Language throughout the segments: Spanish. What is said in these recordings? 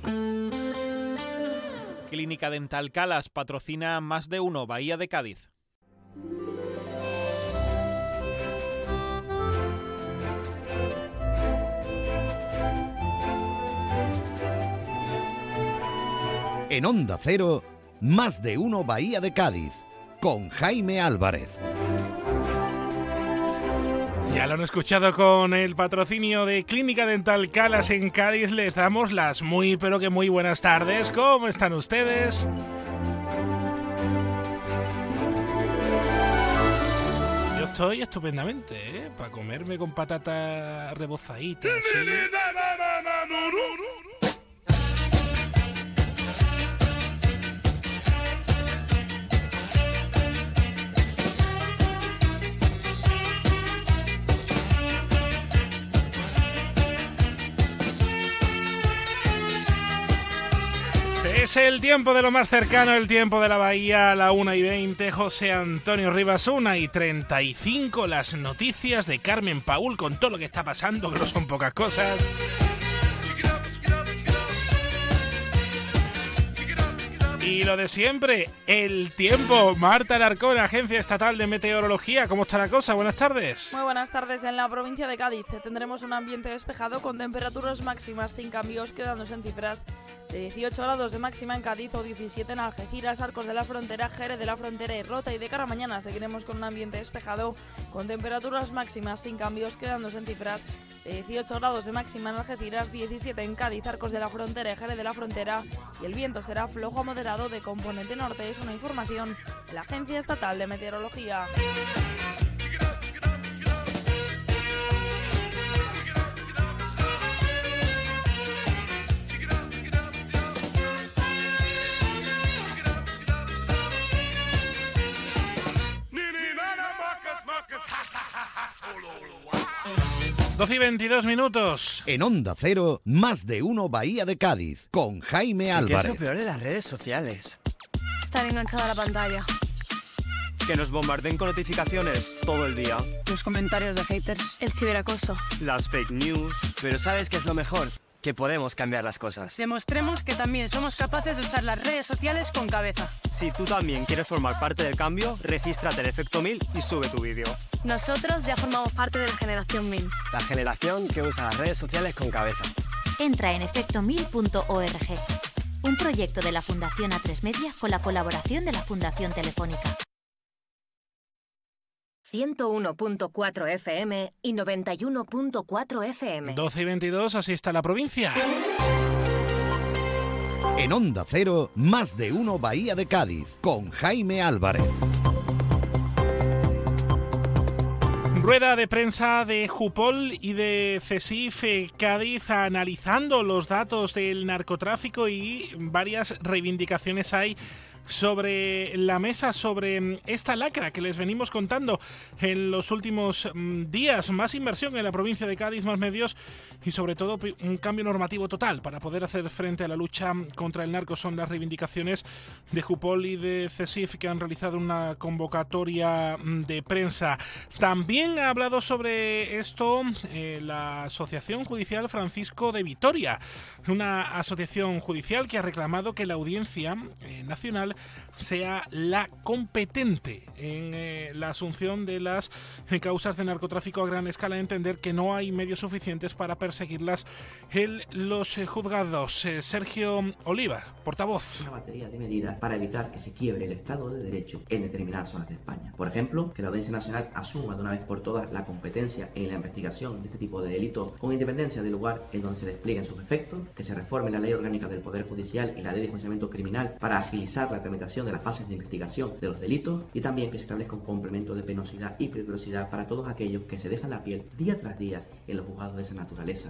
Clínica Dental Calas patrocina Más de Uno Bahía de Cádiz. En Onda Cero, Más de Uno Bahía de Cádiz, con Jaime Álvarez. Ya lo han escuchado, con el patrocinio de Clínica Dental Calas en Cádiz. Les damos las muy pero que muy buenas tardes. ¿Cómo están ustedes? Yo estoy estupendamente, ¿eh? Para comerme con patata rebozadita, así. Es el tiempo de lo más cercano, el tiempo de la Bahía, a la 1:20. José Antonio Rivas, 1:35. Las noticias de Carmen Paul con todo lo que está pasando, que no son pocas cosas. Y lo de siempre, el tiempo. Marta Alarcón, Agencia Estatal de Meteorología. ¿Cómo está la cosa? Buenas tardes. Muy buenas tardes. En la provincia de Cádiz tendremos un ambiente despejado con temperaturas máximas sin cambios, quedándose en cifras de 18 grados de máxima en Cádiz o 17 en Algeciras, Arcos de la Frontera, Jerez de la Frontera y Rota. Y de cara a mañana seguiremos con un ambiente despejado con temperaturas máximas sin cambios, quedándose en cifras de 18 grados de máxima en Algeciras, 17 en Cádiz, Arcos de la Frontera y Jerez de la Frontera. Y el viento será flojo a moderado de componente norte. Es una información de la Agencia Estatal de Meteorología. Doce y 22 minutos. En Onda Cero, Más de Uno Bahía de Cádiz, con Jaime Álvarez. ¿Qué es lo peor de las redes sociales? Estar enganchada a la pantalla. Que nos bombarden con notificaciones todo el día. Los comentarios de haters. El ciberacoso. Las fake news. Pero ¿sabes qué es lo mejor? Que podemos cambiar las cosas. Demostremos que también somos capaces de usar las redes sociales con cabeza. Si tú también quieres formar parte del cambio, regístrate en Efecto 1000 y sube tu vídeo. Nosotros ya formamos parte de la generación 1000. La generación que usa las redes sociales con cabeza. Entra en efecto1000.org. Un proyecto de la Fundación A3 Media con la colaboración de la Fundación Telefónica. 101.4 FM y 91.4 FM. 12:22, así está la provincia. En Onda Cero, Más de Uno Bahía de Cádiz, con Jaime Álvarez. Rueda de prensa de Jupol y de CESIF Cádiz analizando los datos del narcotráfico, y varias reivindicaciones hay sobre la mesa, sobre esta lacra que les venimos contando en los últimos días. Más inversión en la provincia de Cádiz, más medios y sobre todo un cambio normativo total para poder hacer frente a la lucha contra el narco. Son las reivindicaciones de Jupol y de CESIF, que han realizado una convocatoria de prensa. También ha hablado sobre esto la Asociación Judicial Francisco de Vitoria, una asociación judicial que ha reclamado que la Audiencia Nacional sea la competente en la asunción de las causas de narcotráfico a gran escala, entender que no hay medios suficientes para perseguirlas en los juzgados. Sergio Oliva, portavoz. Una batería de medidas para evitar que se quiebre el Estado de Derecho en determinadas zonas de España. Por ejemplo, que la Audiencia Nacional asuma de una vez por todas la competencia en la investigación de este tipo de delitos con independencia del lugar en donde se desplieguen sus efectos, que se reforme la Ley Orgánica del Poder Judicial y la Ley de Enjuiciamiento Criminal para agilizar la tramitación de las fases de investigación de los delitos, y también que se establezca un complemento de penosidad y peligrosidad para todos aquellos que se dejan la piel día tras día en los juzgados de esa naturaleza.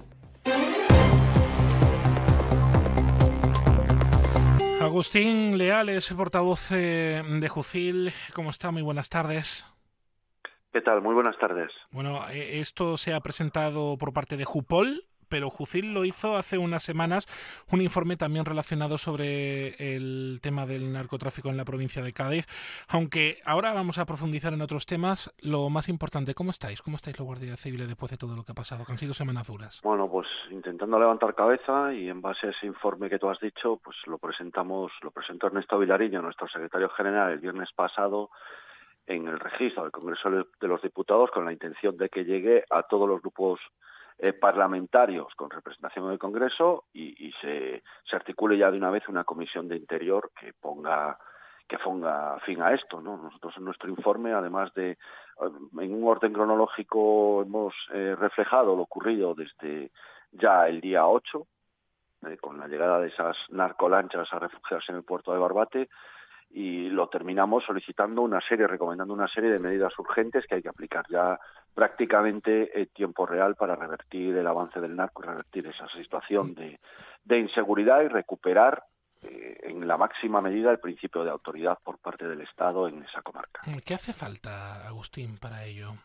Agustín Leales, portavoz de Jucil. ¿Cómo está? Muy buenas tardes. ¿Qué tal? Muy buenas tardes. Bueno, esto se ha presentado por parte de Jupol, pero Jucil lo hizo hace unas semanas, un informe también relacionado sobre el tema del narcotráfico en la provincia de Cádiz. Aunque ahora vamos a profundizar en otros temas, lo más importante, ¿cómo estáis? ¿Cómo estáis los guardias civiles después de todo lo que ha pasado? Que han sido semanas duras. Bueno, pues intentando levantar cabeza, y en base a ese informe que tú has dicho, pues lo presentó Ernesto Vilariño, nuestro secretario general, el viernes pasado en el registro del Congreso de los Diputados, con la intención de que llegue a todos los grupos parlamentarios con representación en el Congreso y se articule ya de una vez una comisión de Interior que ponga fin a esto, ¿no? Nosotros en nuestro informe, además de en un orden cronológico, hemos reflejado lo ocurrido desde ya el día 8, con la llegada de esas narcolanchas a refugiarse en el puerto de Barbate, y lo terminamos recomendando una serie de medidas urgentes que hay que aplicar ya prácticamente en tiempo real para revertir el avance del narco y revertir esa situación de inseguridad y recuperar en la máxima medida el principio de autoridad por parte del Estado en esa comarca. ¿Qué hace falta, Agustín, para ello?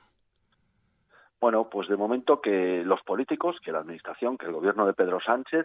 Bueno, pues de momento que los políticos, que la Administración, que el gobierno de Pedro Sánchez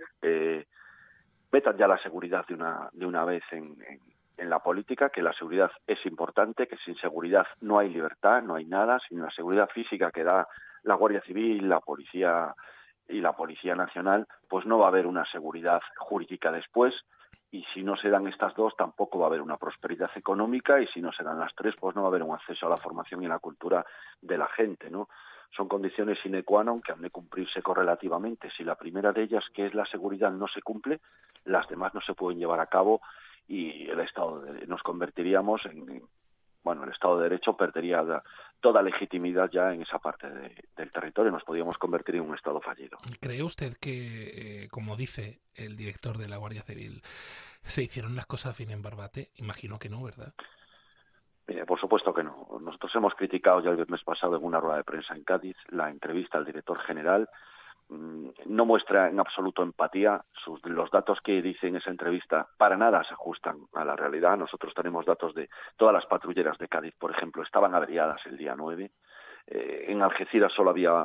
metan ya la seguridad de una vez en la política, que la seguridad es importante, que sin seguridad no hay libertad, no hay nada, sin la seguridad física que da la Guardia Civil, la Policía y la Policía Nacional, pues no va a haber una seguridad jurídica después, y si no se dan estas dos tampoco va a haber una prosperidad económica, y si no se dan las tres pues no va a haber un acceso a la formación y a la cultura de la gente, ¿no? Son condiciones sine qua non que han de cumplirse correlativamente. Si la primera de ellas, que es la seguridad, no se cumple, las demás no se pueden llevar a cabo, y el Estado nos convertiríamos el Estado de Derecho perdería toda legitimidad ya en esa parte del territorio, nos podríamos convertir en un Estado fallido. ¿Cree usted que, como dice el director de la Guardia Civil, se hicieron las cosas bien en Barbate? Imagino que no, ¿verdad? Por supuesto que no. Nosotros hemos criticado ya el viernes pasado en una rueda de prensa en Cádiz la entrevista al director general. No muestra en absoluto empatía. Los datos que dice en esa entrevista para nada se ajustan a la realidad. Nosotros tenemos datos de todas las patrulleras de Cádiz, por ejemplo, estaban averiadas el día 9. En Algeciras solo había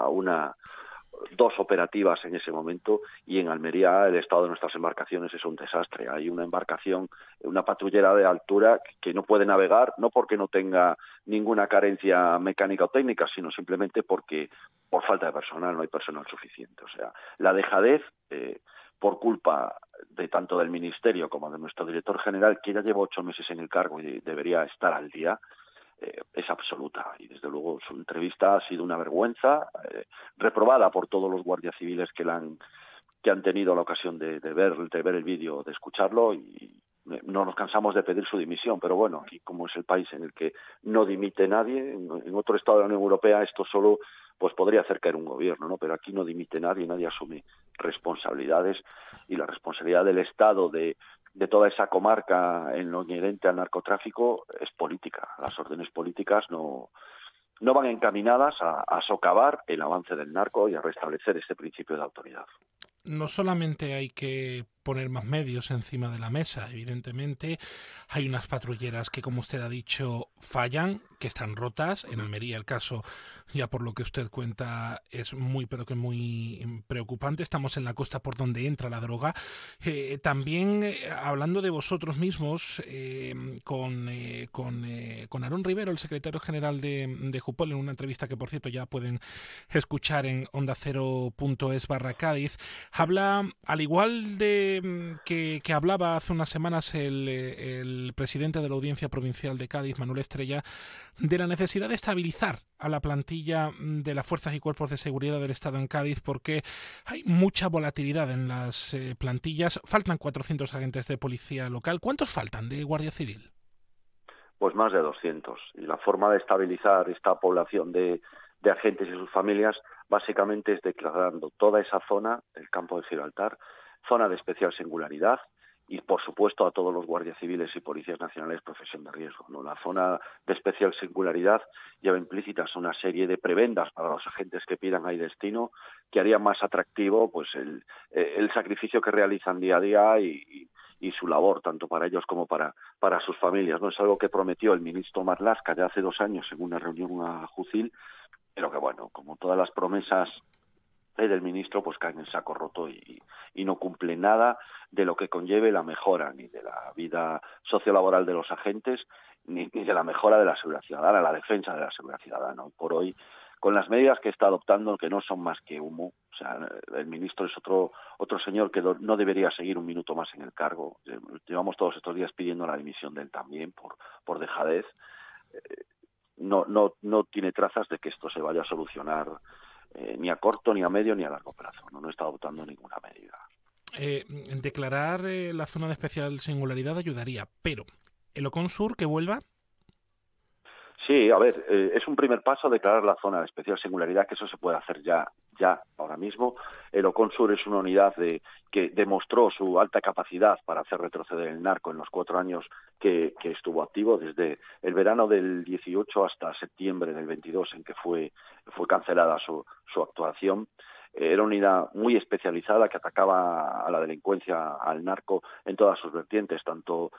dos operativas en ese momento, y en Almería el estado de nuestras embarcaciones es un desastre. Hay una embarcación, una patrullera de altura que no puede navegar, no porque no tenga ninguna carencia mecánica o técnica, sino simplemente por falta de personal, no hay personal suficiente. O sea, la dejadez, por culpa de tanto del Ministerio como de nuestro director general, que ya lleva 8 meses en el cargo y debería estar al día, es absoluta, y desde luego su entrevista ha sido una vergüenza, reprobada por todos los guardias civiles que han tenido la ocasión de ver el vídeo, de escucharlo, y no nos cansamos de pedir su dimisión. Pero bueno, aquí como es el país en el que no dimite nadie, en otro estado de la Unión Europea esto solo pues podría hacer caer un gobierno, ¿no? Pero aquí no dimite nadie asume responsabilidades, y la responsabilidad del Estado de toda esa comarca en lo inherente al narcotráfico es política. Las órdenes políticas no van encaminadas a socavar el avance del narco y a restablecer este principio de autoridad. No solamente hay que poner más medios encima de la mesa, evidentemente hay unas patrulleras que, como usted ha dicho, fallan, que están rotas. En Almería el caso, ya por lo que usted cuenta, es muy preocupante. Estamos en la costa por donde entra la droga. También hablando de vosotros mismos, con Aarón Rivero, el secretario general de Jupol, en una entrevista que por cierto ya pueden escuchar en ondacero.es/Cádiz, habla, al igual de que hablaba hace unas semanas el presidente de la Audiencia Provincial de Cádiz, Manuel Estrella, de la necesidad de estabilizar a la plantilla de las fuerzas y cuerpos de seguridad del Estado en Cádiz, porque hay mucha volatilidad en las plantillas. Faltan 400 agentes de policía local. ¿Cuántos faltan de Guardia Civil? Pues más de 200. Y la forma de estabilizar esta población de agentes y sus familias básicamente es declarando toda esa zona, el campo de Gibraltar, zona de especial singularidad, y por supuesto a todos los guardias civiles y policías nacionales profesión de riesgo, ¿no? La zona de especial singularidad lleva implícitas una serie de prebendas para los agentes que pidan ahí destino, que harían más atractivo pues el sacrificio que realizan día a día y su labor, tanto para ellos como para sus familias, ¿no? Es algo que prometió el ministro Marlaska ya hace 2 años en una reunión a Jucil, pero que bueno, como todas las promesas del ministro pues caen en saco roto y no cumple nada de lo que conlleve la mejora ni de la vida sociolaboral de los agentes ni de la mejora de la seguridad ciudadana, la defensa de la seguridad ciudadana. Por hoy, con las medidas que está adoptando, que no son más que humo, o sea, el ministro es otro señor que no debería seguir un minuto más en el cargo. Llevamos todos estos días pidiendo la dimisión de él también por dejadez. No tiene trazas de que esto se vaya a solucionar ni a corto, ni a medio, ni a largo plazo. No está adoptando ninguna medida. Declarar la zona de especial singularidad ayudaría, pero ¿el Ocon Sur que vuelva? Sí, a ver, es un primer paso declarar la zona de especial singularidad, que eso se puede hacer ya ahora mismo. El Ocon Sur es una unidad que demostró su alta capacidad para hacer retroceder el narco en los 4 años que estuvo activo, desde el verano del 18 hasta septiembre del 22, en que fue cancelada su actuación. Era una unidad muy especializada que atacaba a la delincuencia, al narco, en todas sus vertientes, tanto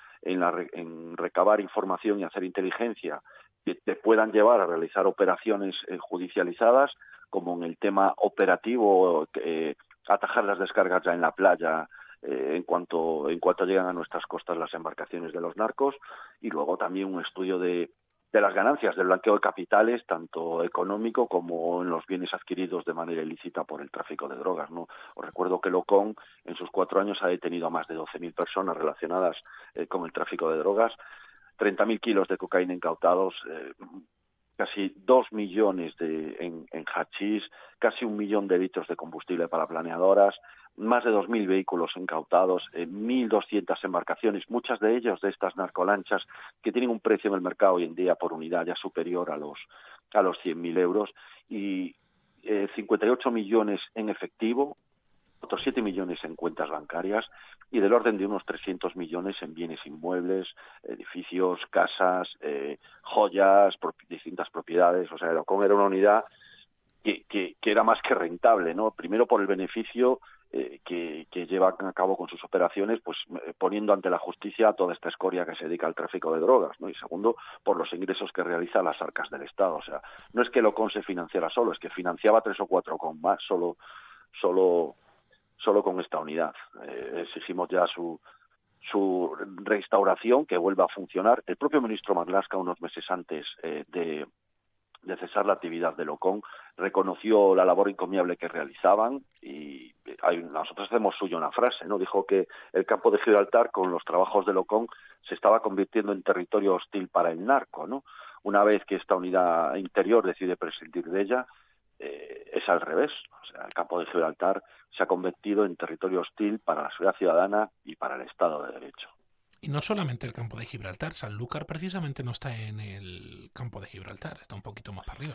en recabar información y hacer inteligencia que te puedan llevar a realizar operaciones judicializadas, como en el tema operativo, atajar las descargas ya en la playa en cuanto llegan a nuestras costas las embarcaciones de los narcos, y luego también un estudio de las ganancias del blanqueo de capitales, tanto económico como en los bienes adquiridos de manera ilícita por el tráfico de drogas, ¿no? Os recuerdo que el Ocon en sus 4 años ha detenido a más de 12.000 personas relacionadas con el tráfico de drogas, 30.000 kilos de cocaína incautados, casi 2 millones en hachís, casi 1 millón de litros de combustible para planeadoras, más de 2.000 vehículos incautados, 1.200 embarcaciones, muchas de ellas de estas narcolanchas que tienen un precio en el mercado hoy en día por unidad ya superior a los 100.000 euros, y 58 millones en efectivo, otros 7 millones en cuentas bancarias y del orden de unos 300 millones en bienes inmuebles, edificios, casas, joyas, distintas propiedades. O sea, el Ocon era una unidad que era más que rentable, ¿no? Primero por el beneficio que lleva a cabo con sus operaciones, pues poniendo ante la justicia toda esta escoria que se dedica al tráfico de drogas, ¿no? Y segundo, por los ingresos que realiza a las arcas del Estado. O sea, no es que el Ocon se financiara solo, es que financiaba 3 o 4 con más, solo con esta unidad. Exigimos ya su reinstauración, que vuelva a funcionar. El propio ministro Marlaska, unos meses antes de cesar la actividad del Ocon, reconoció la labor encomiable que realizaban, y nosotros hacemos suyo una frase, ¿no? Dijo que el campo de Gibraltar, con los trabajos del Ocon, se estaba convirtiendo en territorio hostil para el narco, ¿no? Una vez que esta unidad interior decide prescindir de ella, es al revés. O sea, el campo de Gibraltar se ha convertido en territorio hostil para la seguridad ciudadana y para el Estado de Derecho. Y no solamente el campo de Gibraltar, Sanlúcar precisamente no está en el campo de Gibraltar, está un poquito más para arriba.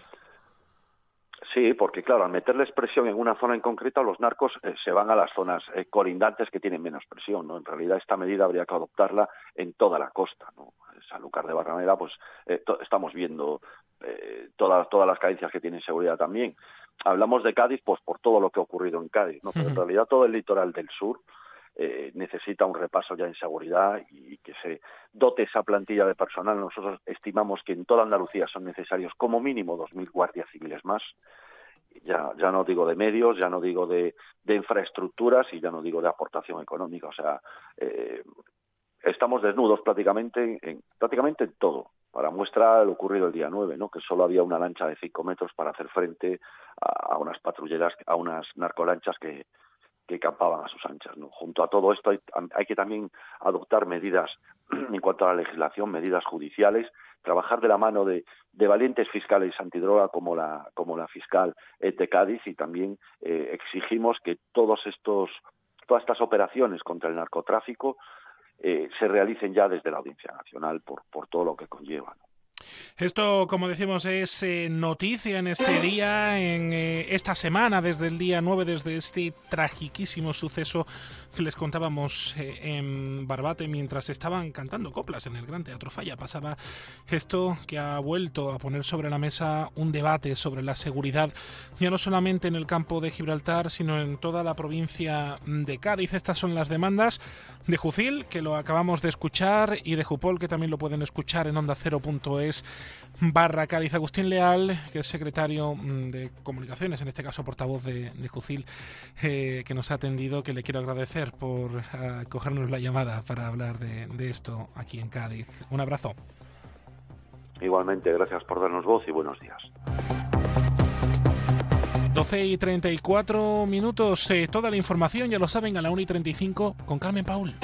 Sí, porque claro, al meterles presión en una zona en concreto, los narcos se van a las zonas colindantes que tienen menos presión, ¿no? En realidad esta medida habría que adoptarla en toda la costa, ¿no? Sanlúcar de Barrameda, pues estamos viendo todas las carencias que tiene seguridad también. Hablamos de Cádiz, pues por todo lo que ha ocurrido en Cádiz, ¿no? Pero en realidad todo el litoral del sur necesita un repaso ya en seguridad y que se dote esa plantilla de personal. Nosotros estimamos que en toda Andalucía son necesarios como mínimo 2.000 guardias civiles más. Ya no digo de medios, ya no digo de infraestructuras y ya no digo de aportación económica. O sea, estamos desnudos prácticamente en todo. Para muestra lo ocurrido el día 9, ¿no? Que solo había una lancha de 5 metros para hacer frente a unas patrulleras, a unas narcolanchas que campaban a sus anchas, ¿no? Junto a todo esto hay que también adoptar medidas en cuanto a la legislación, medidas judiciales, trabajar de la mano de valientes fiscales antidroga como la fiscal de Cádiz, y también exigimos que todas estas operaciones contra el narcotráfico se realicen ya desde la Audiencia Nacional por todo lo que conlleva, ¿no? Esto, como decimos, es noticia en este día, en esta semana, desde el día 9, desde este tragiquísimo suceso que les contábamos en Barbate mientras estaban cantando coplas en el Gran Teatro Falla. Pasaba esto que ha vuelto a poner sobre la mesa un debate sobre la seguridad, ya no solamente en el campo de Gibraltar, sino en toda la provincia de Cádiz. Estas son las demandas de Jucil, que lo acabamos de escuchar, y de Jupol, que también lo pueden escuchar en ondacero.es Cádiz. Agustín Leal, que es secretario de Comunicaciones, en este caso portavoz de Jucil, que nos ha atendido, que le quiero agradecer por cogernos la llamada para hablar de esto aquí en Cádiz. Un abrazo. Igualmente, gracias por darnos voz y buenos días. 12:34. Toda la información, ya lo saben, a la 1:35 con Carmen Paul.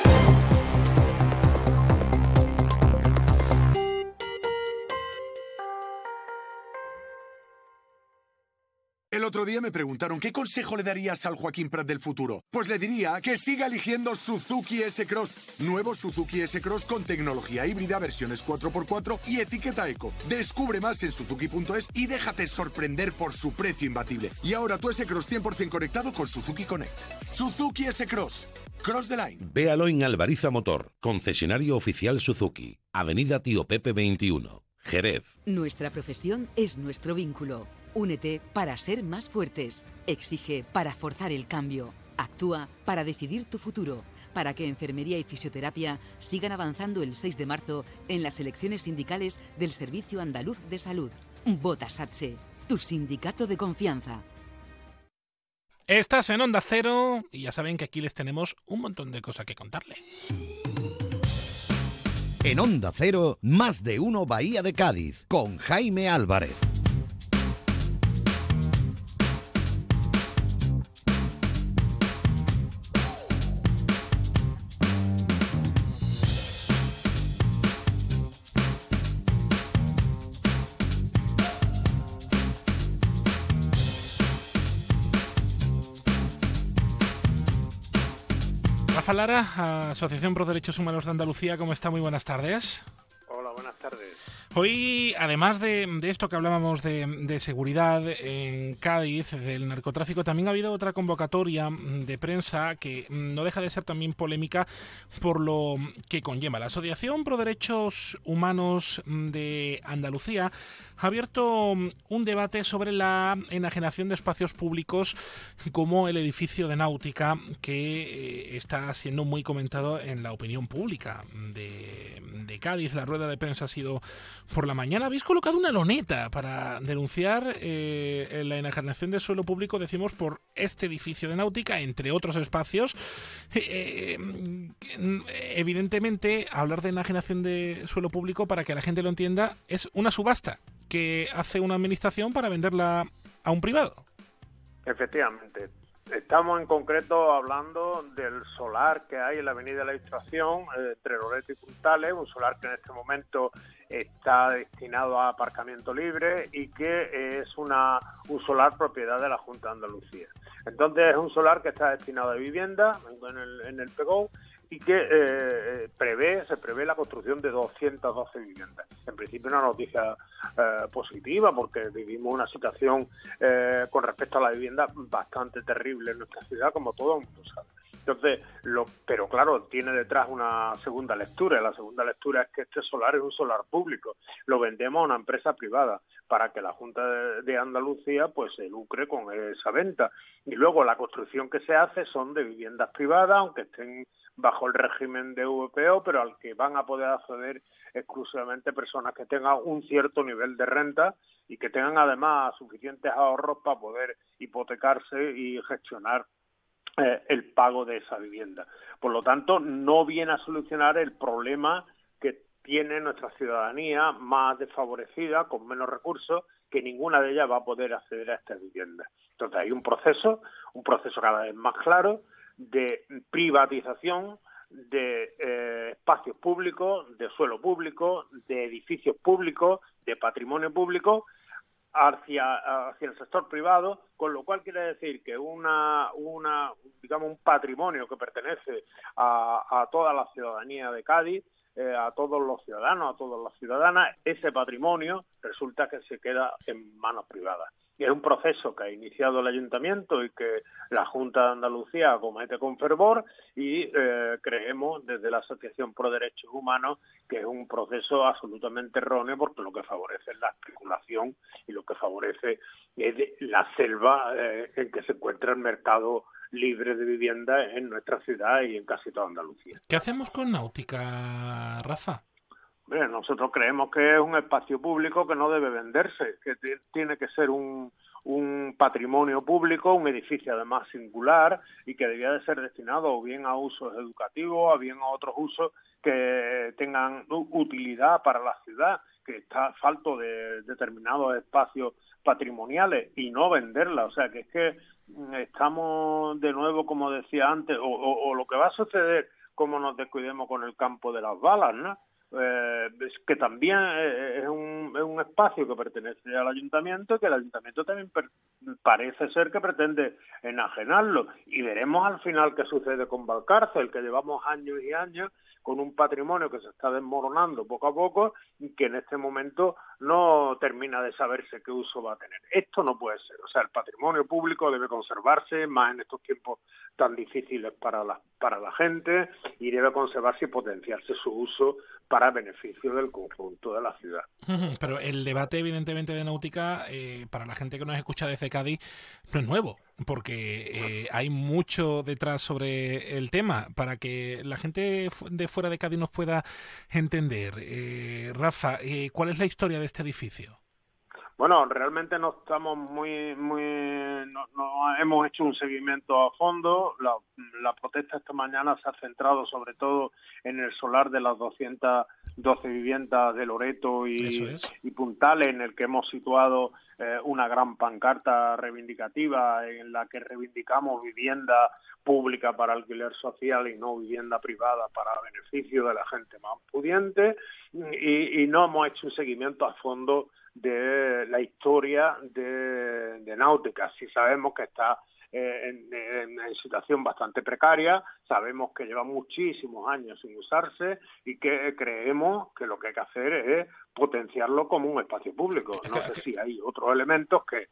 El otro día me preguntaron qué consejo le darías al Joaquín Prat del futuro. Pues le diría que siga eligiendo Suzuki S-Cross. Nuevo Suzuki S-Cross con tecnología híbrida, versiones 4x4 y etiqueta eco. Descubre más en suzuki.es y déjate sorprender por su precio imbatible. Y ahora tu S-Cross 100% conectado con Suzuki Connect. Suzuki S-Cross. Cross the line. Véalo en Albariza Motor, concesionario oficial Suzuki, Avenida Tío Pepe 21, Jerez. Nuestra profesión es nuestro vínculo. Únete para ser más fuertes. Exige para forzar el cambio. Actúa para decidir tu futuro. Para que enfermería y fisioterapia sigan avanzando el 6 de marzo en las elecciones sindicales del Servicio Andaluz de Salud. Vota SATSE, tu sindicato de confianza. Estás en Onda Cero y ya saben que aquí les tenemos un montón de cosas que contarle. En Onda Cero, Más de Uno Bahía de Cádiz, con Jaime Álvarez. Rafa Lara, Asociación Pro Derechos Humanos de Andalucía, ¿cómo está? Muy buenas tardes. Hola, buenas tardes. Hoy, además de esto que hablábamos de seguridad en Cádiz, del narcotráfico, también ha habido otra convocatoria de prensa que no deja de ser también polémica por lo que conlleva. La Asociación Pro Derechos Humanos de Andalucía ha abierto un debate sobre la enajenación de espacios públicos como el edificio de Náutica, que está siendo muy comentado en la opinión pública de Cádiz. La rueda de prensa ha sido por la mañana. Habéis colocado una loneta para denunciar la enajenación de suelo público, decimos, por este edificio de Náutica, entre otros espacios. Evidentemente, hablar de enajenación de suelo público, para que la gente lo entienda, es una subasta que hace una administración para venderla a un privado. Efectivamente. Estamos en concreto hablando del solar que hay en la Avenida de la Ilustración, entre Loreto y Puntales, un solar que en este momento está destinado a aparcamiento libre y que es un solar propiedad de la Junta de Andalucía. Entonces es un solar que está destinado a vivienda en el PEGO y que se prevé la construcción de 212 viviendas. En principio una noticia positiva, porque vivimos una situación con respecto a la vivienda bastante terrible en nuestra ciudad, como todo el mundo sabe. Entonces, pero claro, tiene detrás una segunda lectura, y la segunda lectura es que este solar es un solar público. Lo vendemos a una empresa privada para que la Junta de Andalucía pues se lucre con esa venta. Y luego la construcción que se hace son de viviendas privadas, aunque estén bajo el régimen de VPO, pero al que van a poder acceder exclusivamente personas que tengan un cierto nivel de renta y que tengan además suficientes ahorros para poder hipotecarse y gestionar el pago de esa vivienda. Por lo tanto, no viene a solucionar el problema que tiene nuestra ciudadanía más desfavorecida, con menos recursos, que ninguna de ellas va a poder acceder a estas viviendas. Entonces hay un proceso cada vez más claro de privatización de espacios públicos, de suelo público, de edificios públicos, de patrimonio público, hacia el sector privado, con lo cual quiere decir que un patrimonio que pertenece a toda la ciudadanía de Cádiz, a todos los ciudadanos, a todas las ciudadanas, ese patrimonio resulta que se queda en manos privadas. Y es un proceso que ha iniciado el Ayuntamiento y que la Junta de Andalucía acomete con fervor y creemos desde la Asociación Pro Derechos Humanos que es un proceso absolutamente erróneo, porque lo que favorece es la especulación y lo que favorece es la selva en que se encuentra el mercado libre de vivienda en nuestra ciudad y en casi toda Andalucía. ¿Qué hacemos con Náutica, Rafa? Nosotros creemos que es un espacio público que no debe venderse, que tiene que ser un patrimonio público, un edificio además singular y que debía de ser destinado o bien a usos educativos o bien a otros usos que tengan utilidad para la ciudad, que está falto de determinados espacios patrimoniales y no venderla. O sea, que es que estamos de nuevo, como decía antes, o lo que va a suceder como nos descuidemos con el campo de las balas, ¿no? Que también es un espacio que pertenece al ayuntamiento, que el ayuntamiento también parece ser que pretende enajenarlo, y veremos al final qué sucede con Valcárcel, que llevamos años y años con un patrimonio que se está desmoronando poco a poco y que en este momento no termina de saberse qué uso va a tener. Esto no puede ser. O sea, el patrimonio público debe conservarse, más en estos tiempos tan difíciles para la gente, y debe conservarse y potenciarse su uso para beneficio del conjunto de la ciudad. Pero el debate, evidentemente, de náutica, para la gente que nos escucha desde Cádiz, no es nuevo, porque hay mucho detrás sobre el tema, para que la gente de fuera de Cádiz nos pueda entender. Rafa, ¿cuál es la historia de este edificio? Bueno, realmente no estamos no hemos hecho un seguimiento a fondo. La protesta esta mañana se ha centrado sobre todo en el solar de las 212 viviendas de Loreto y Puntales, en el que hemos situado una gran pancarta reivindicativa en la que reivindicamos vivienda pública para alquiler social y no vivienda privada para beneficio de la gente más pudiente, y no hemos hecho un seguimiento a fondo de la historia de náutica. Sí sabemos que está en situación bastante precaria, sabemos que lleva muchísimos años sin usarse y que creemos que lo que hay que hacer es potenciarlo como un espacio público. No sé si hay otros elementos que,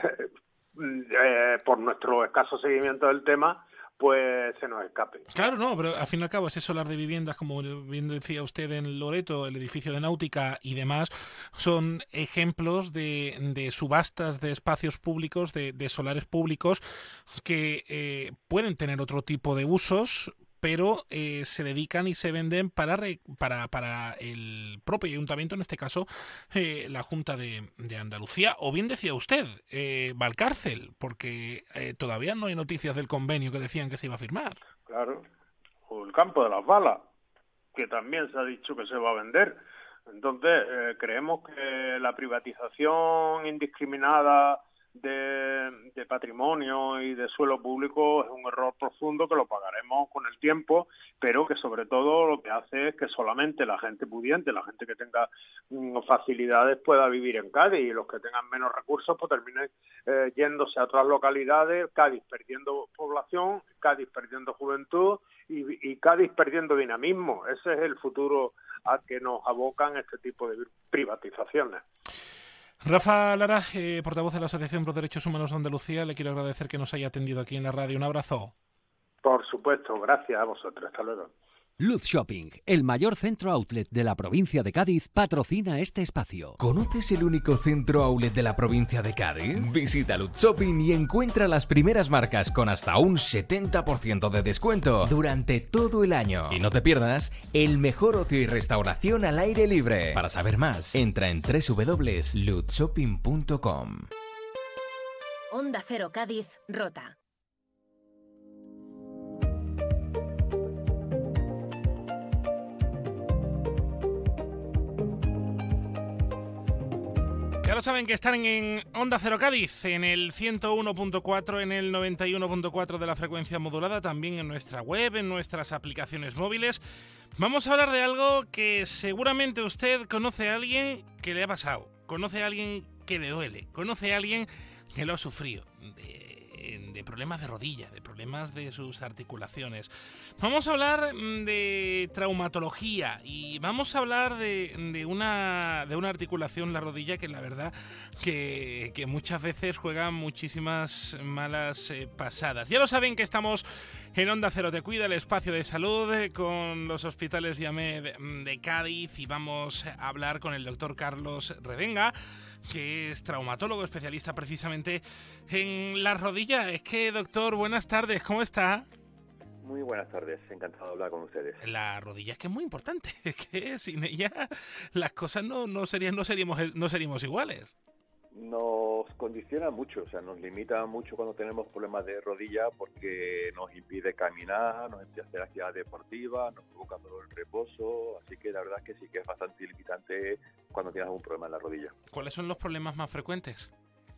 por nuestro escaso seguimiento del tema, pues se nos escape. Claro, no, pero al fin y al cabo ese solar de viviendas, como bien decía usted en Loreto, el edificio de náutica y demás, son ejemplos de subastas de espacios públicos, de solares públicos que pueden tener otro tipo de usos, pero se dedican y se venden para el propio ayuntamiento, en este caso la Junta de Andalucía, o bien decía usted, Valcárcel, porque todavía no hay noticias del convenio que decían que se iba a firmar. Claro, o el campo de las balas, que también se ha dicho que se va a vender. Entonces, creemos que la privatización indiscriminada de patrimonio y de suelo público es un error profundo que lo pagaremos con el tiempo, pero que sobre todo lo que hace es que solamente la gente pudiente, la gente que tenga facilidades pueda vivir en Cádiz, y los que tengan menos recursos pues terminen yéndose a otras localidades, Cádiz perdiendo población, Cádiz perdiendo juventud y Cádiz perdiendo dinamismo. Ese es el futuro al que nos abocan este tipo de privatizaciones. Rafa Lara, portavoz de la Asociación por Derechos Humanos de Andalucía, le quiero agradecer que nos haya atendido aquí en la radio. Un abrazo. Por supuesto, gracias a vosotros. Hasta luego. Luz Shopping, el mayor centro outlet de la provincia de Cádiz, patrocina este espacio. ¿Conoces el único centro outlet de la provincia de Cádiz? Visita Luz Shopping y encuentra las primeras marcas con hasta un 70% de descuento durante todo el año. Y no te pierdas el mejor ocio y restauración al aire libre. Para saber más, entra en www.luzshopping.com. Onda Cero Cádiz, Rota. Ya lo saben que están en Onda Cero Cádiz, en el 101.4, en el 91.4 de la frecuencia modulada, también en nuestra web, en nuestras aplicaciones móviles. Vamos a hablar de algo que seguramente usted conoce a alguien que le ha pasado, conoce a alguien que le duele, conoce a alguien que lo ha sufrido, de problemas de rodilla, de problemas de sus articulaciones. Vamos a hablar de traumatología y vamos a hablar de una articulación, la rodilla, que la verdad que muchas veces juega muchísimas malas pasadas. Ya lo saben que estamos en Onda Cero Te Cuida, el espacio de salud con los hospitales Viamé de Cádiz, y vamos a hablar con el doctor Carlos Revenga, que es traumatólogo especialista precisamente en la rodilla. Es que, doctor, buenas tardes, ¿cómo está? Muy buenas tardes, encantado de hablar con ustedes. La rodilla es que es muy importante, es que sin ella las cosas no seríamos iguales. Nos condiciona mucho, o sea, nos limita mucho cuando tenemos problemas de rodilla porque nos impide caminar, nos impide hacer actividad deportiva, nos provoca dolor en reposo, así que la verdad es que sí que es bastante limitante cuando tienes algún problema en la rodilla. ¿Cuáles son los problemas más frecuentes?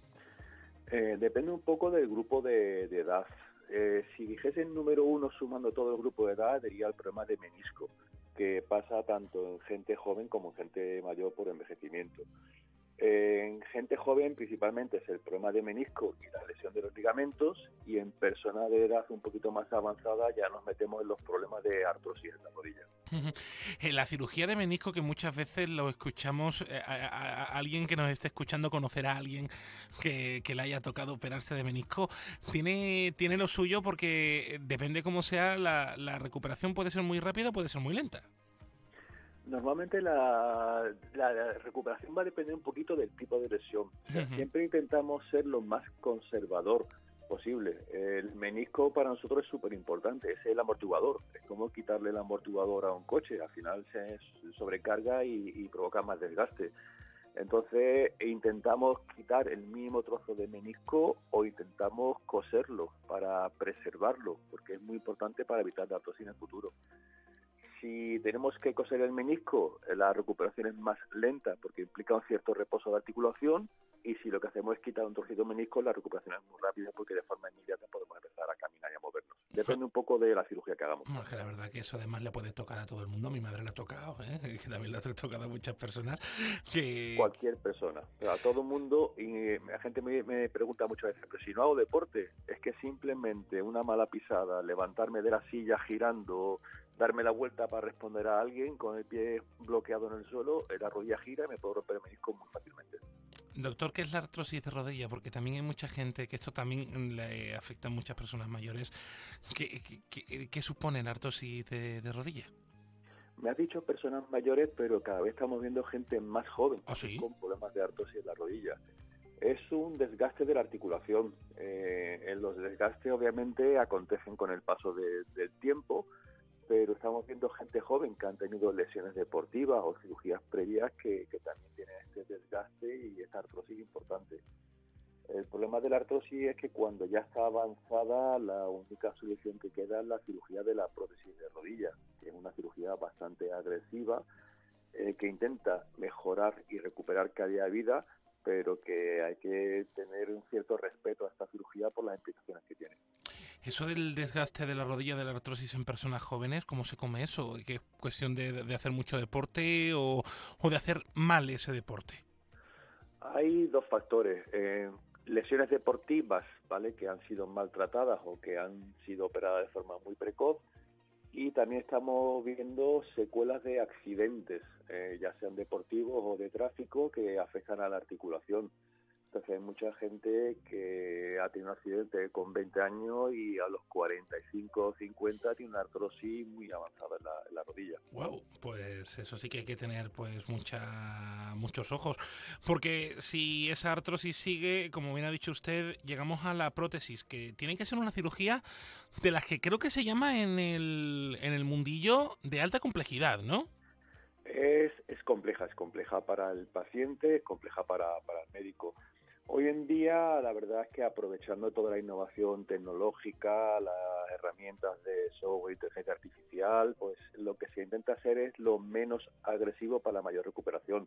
Depende un poco del grupo de edad. Si dijese el número uno sumando todo el grupo de edad, diría el problema de menisco, que pasa tanto en gente joven como en gente mayor por envejecimiento. En gente joven principalmente es el problema de menisco y la lesión de los ligamentos, y en personas de edad un poquito más avanzada ya nos metemos en los problemas de artrosis en la rodilla. La cirugía de menisco, que muchas veces lo escuchamos, a alguien que nos esté escuchando conocerá a alguien que le haya tocado operarse de menisco, tiene lo suyo porque depende cómo sea la recuperación, puede ser muy rápida o puede ser muy lenta. Normalmente la recuperación va a depender un poquito del tipo de lesión. O sea, siempre intentamos ser lo más conservador posible. El menisco para nosotros es súper importante, es el amortiguador. Es como quitarle el amortiguador a un coche, al final se sobrecarga y provoca más desgaste. Entonces intentamos quitar el mínimo trozo de menisco o intentamos coserlo para preservarlo, porque es muy importante para evitar la artrosis en el futuro. Si tenemos que coser el menisco, la recuperación es más lenta porque implica un cierto reposo de articulación, y si lo que hacemos es quitar un trocito de menisco, la recuperación es muy rápida porque de forma inmediata podemos empezar a caminar y a movernos. Depende un poco de la cirugía que hagamos. Bueno, es que la verdad que eso además le puede tocar a todo el mundo. A mi madre le ha tocado, que también le ha tocado a muchas personas. Cualquier persona, a todo el mundo. Y la gente me pregunta muchas veces, pero si no hago deporte, es que simplemente una mala pisada, levantarme de la silla girando, darme la vuelta para responder a alguien con el pie bloqueado en el suelo, la rodilla gira y me puedo romper el menisco muy fácilmente. Doctor, ¿qué es la artrosis de rodilla? Porque también hay mucha gente, que esto también le afecta a muchas personas mayores. ¿Qué supone la artrosis de rodilla? Me has dicho personas mayores, pero cada vez estamos viendo gente más joven con problemas de artrosis en la rodilla. Es un desgaste de la articulación. Los desgastes obviamente acontecen con el paso del tiempo, pero estamos viendo gente joven que han tenido lesiones deportivas o cirugías previas que también tienen este desgaste y esta artrosis importante. El problema de la artrosis es que cuando ya está avanzada, la única solución que queda es la cirugía de la prótesis de rodilla, que es una cirugía bastante agresiva, que intenta mejorar y recuperar calidad de vida, pero que hay que tener un cierto respeto a esta cirugía por las implicaciones que tiene. Eso del desgaste de la rodilla, de la artrosis en personas jóvenes, ¿cómo se come eso? ¿Qué es cuestión de hacer mucho deporte o de hacer mal ese deporte? Hay dos factores. Lesiones deportivas, ¿vale?, que han sido maltratadas o que han sido operadas de forma muy precoz, y también estamos viendo secuelas de accidentes, ya sean deportivos o de tráfico, que afectan a la articulación. Entonces hay mucha gente que ha tenido un accidente con 20 años y a los 45 o 50 tiene una artrosis muy avanzada en la rodilla. Wow, pues eso sí que hay que tener pues muchos ojos, porque si esa artrosis sigue, como bien ha dicho usted, llegamos a la prótesis, que tiene que ser una cirugía de las que creo que se llama en el mundillo de alta complejidad, ¿no? Es compleja para el paciente, es compleja para el médico. Hoy en día, la verdad es que aprovechando toda la innovación tecnológica, las herramientas de software e inteligencia artificial, pues lo que se intenta hacer es lo menos agresivo para la mayor recuperación.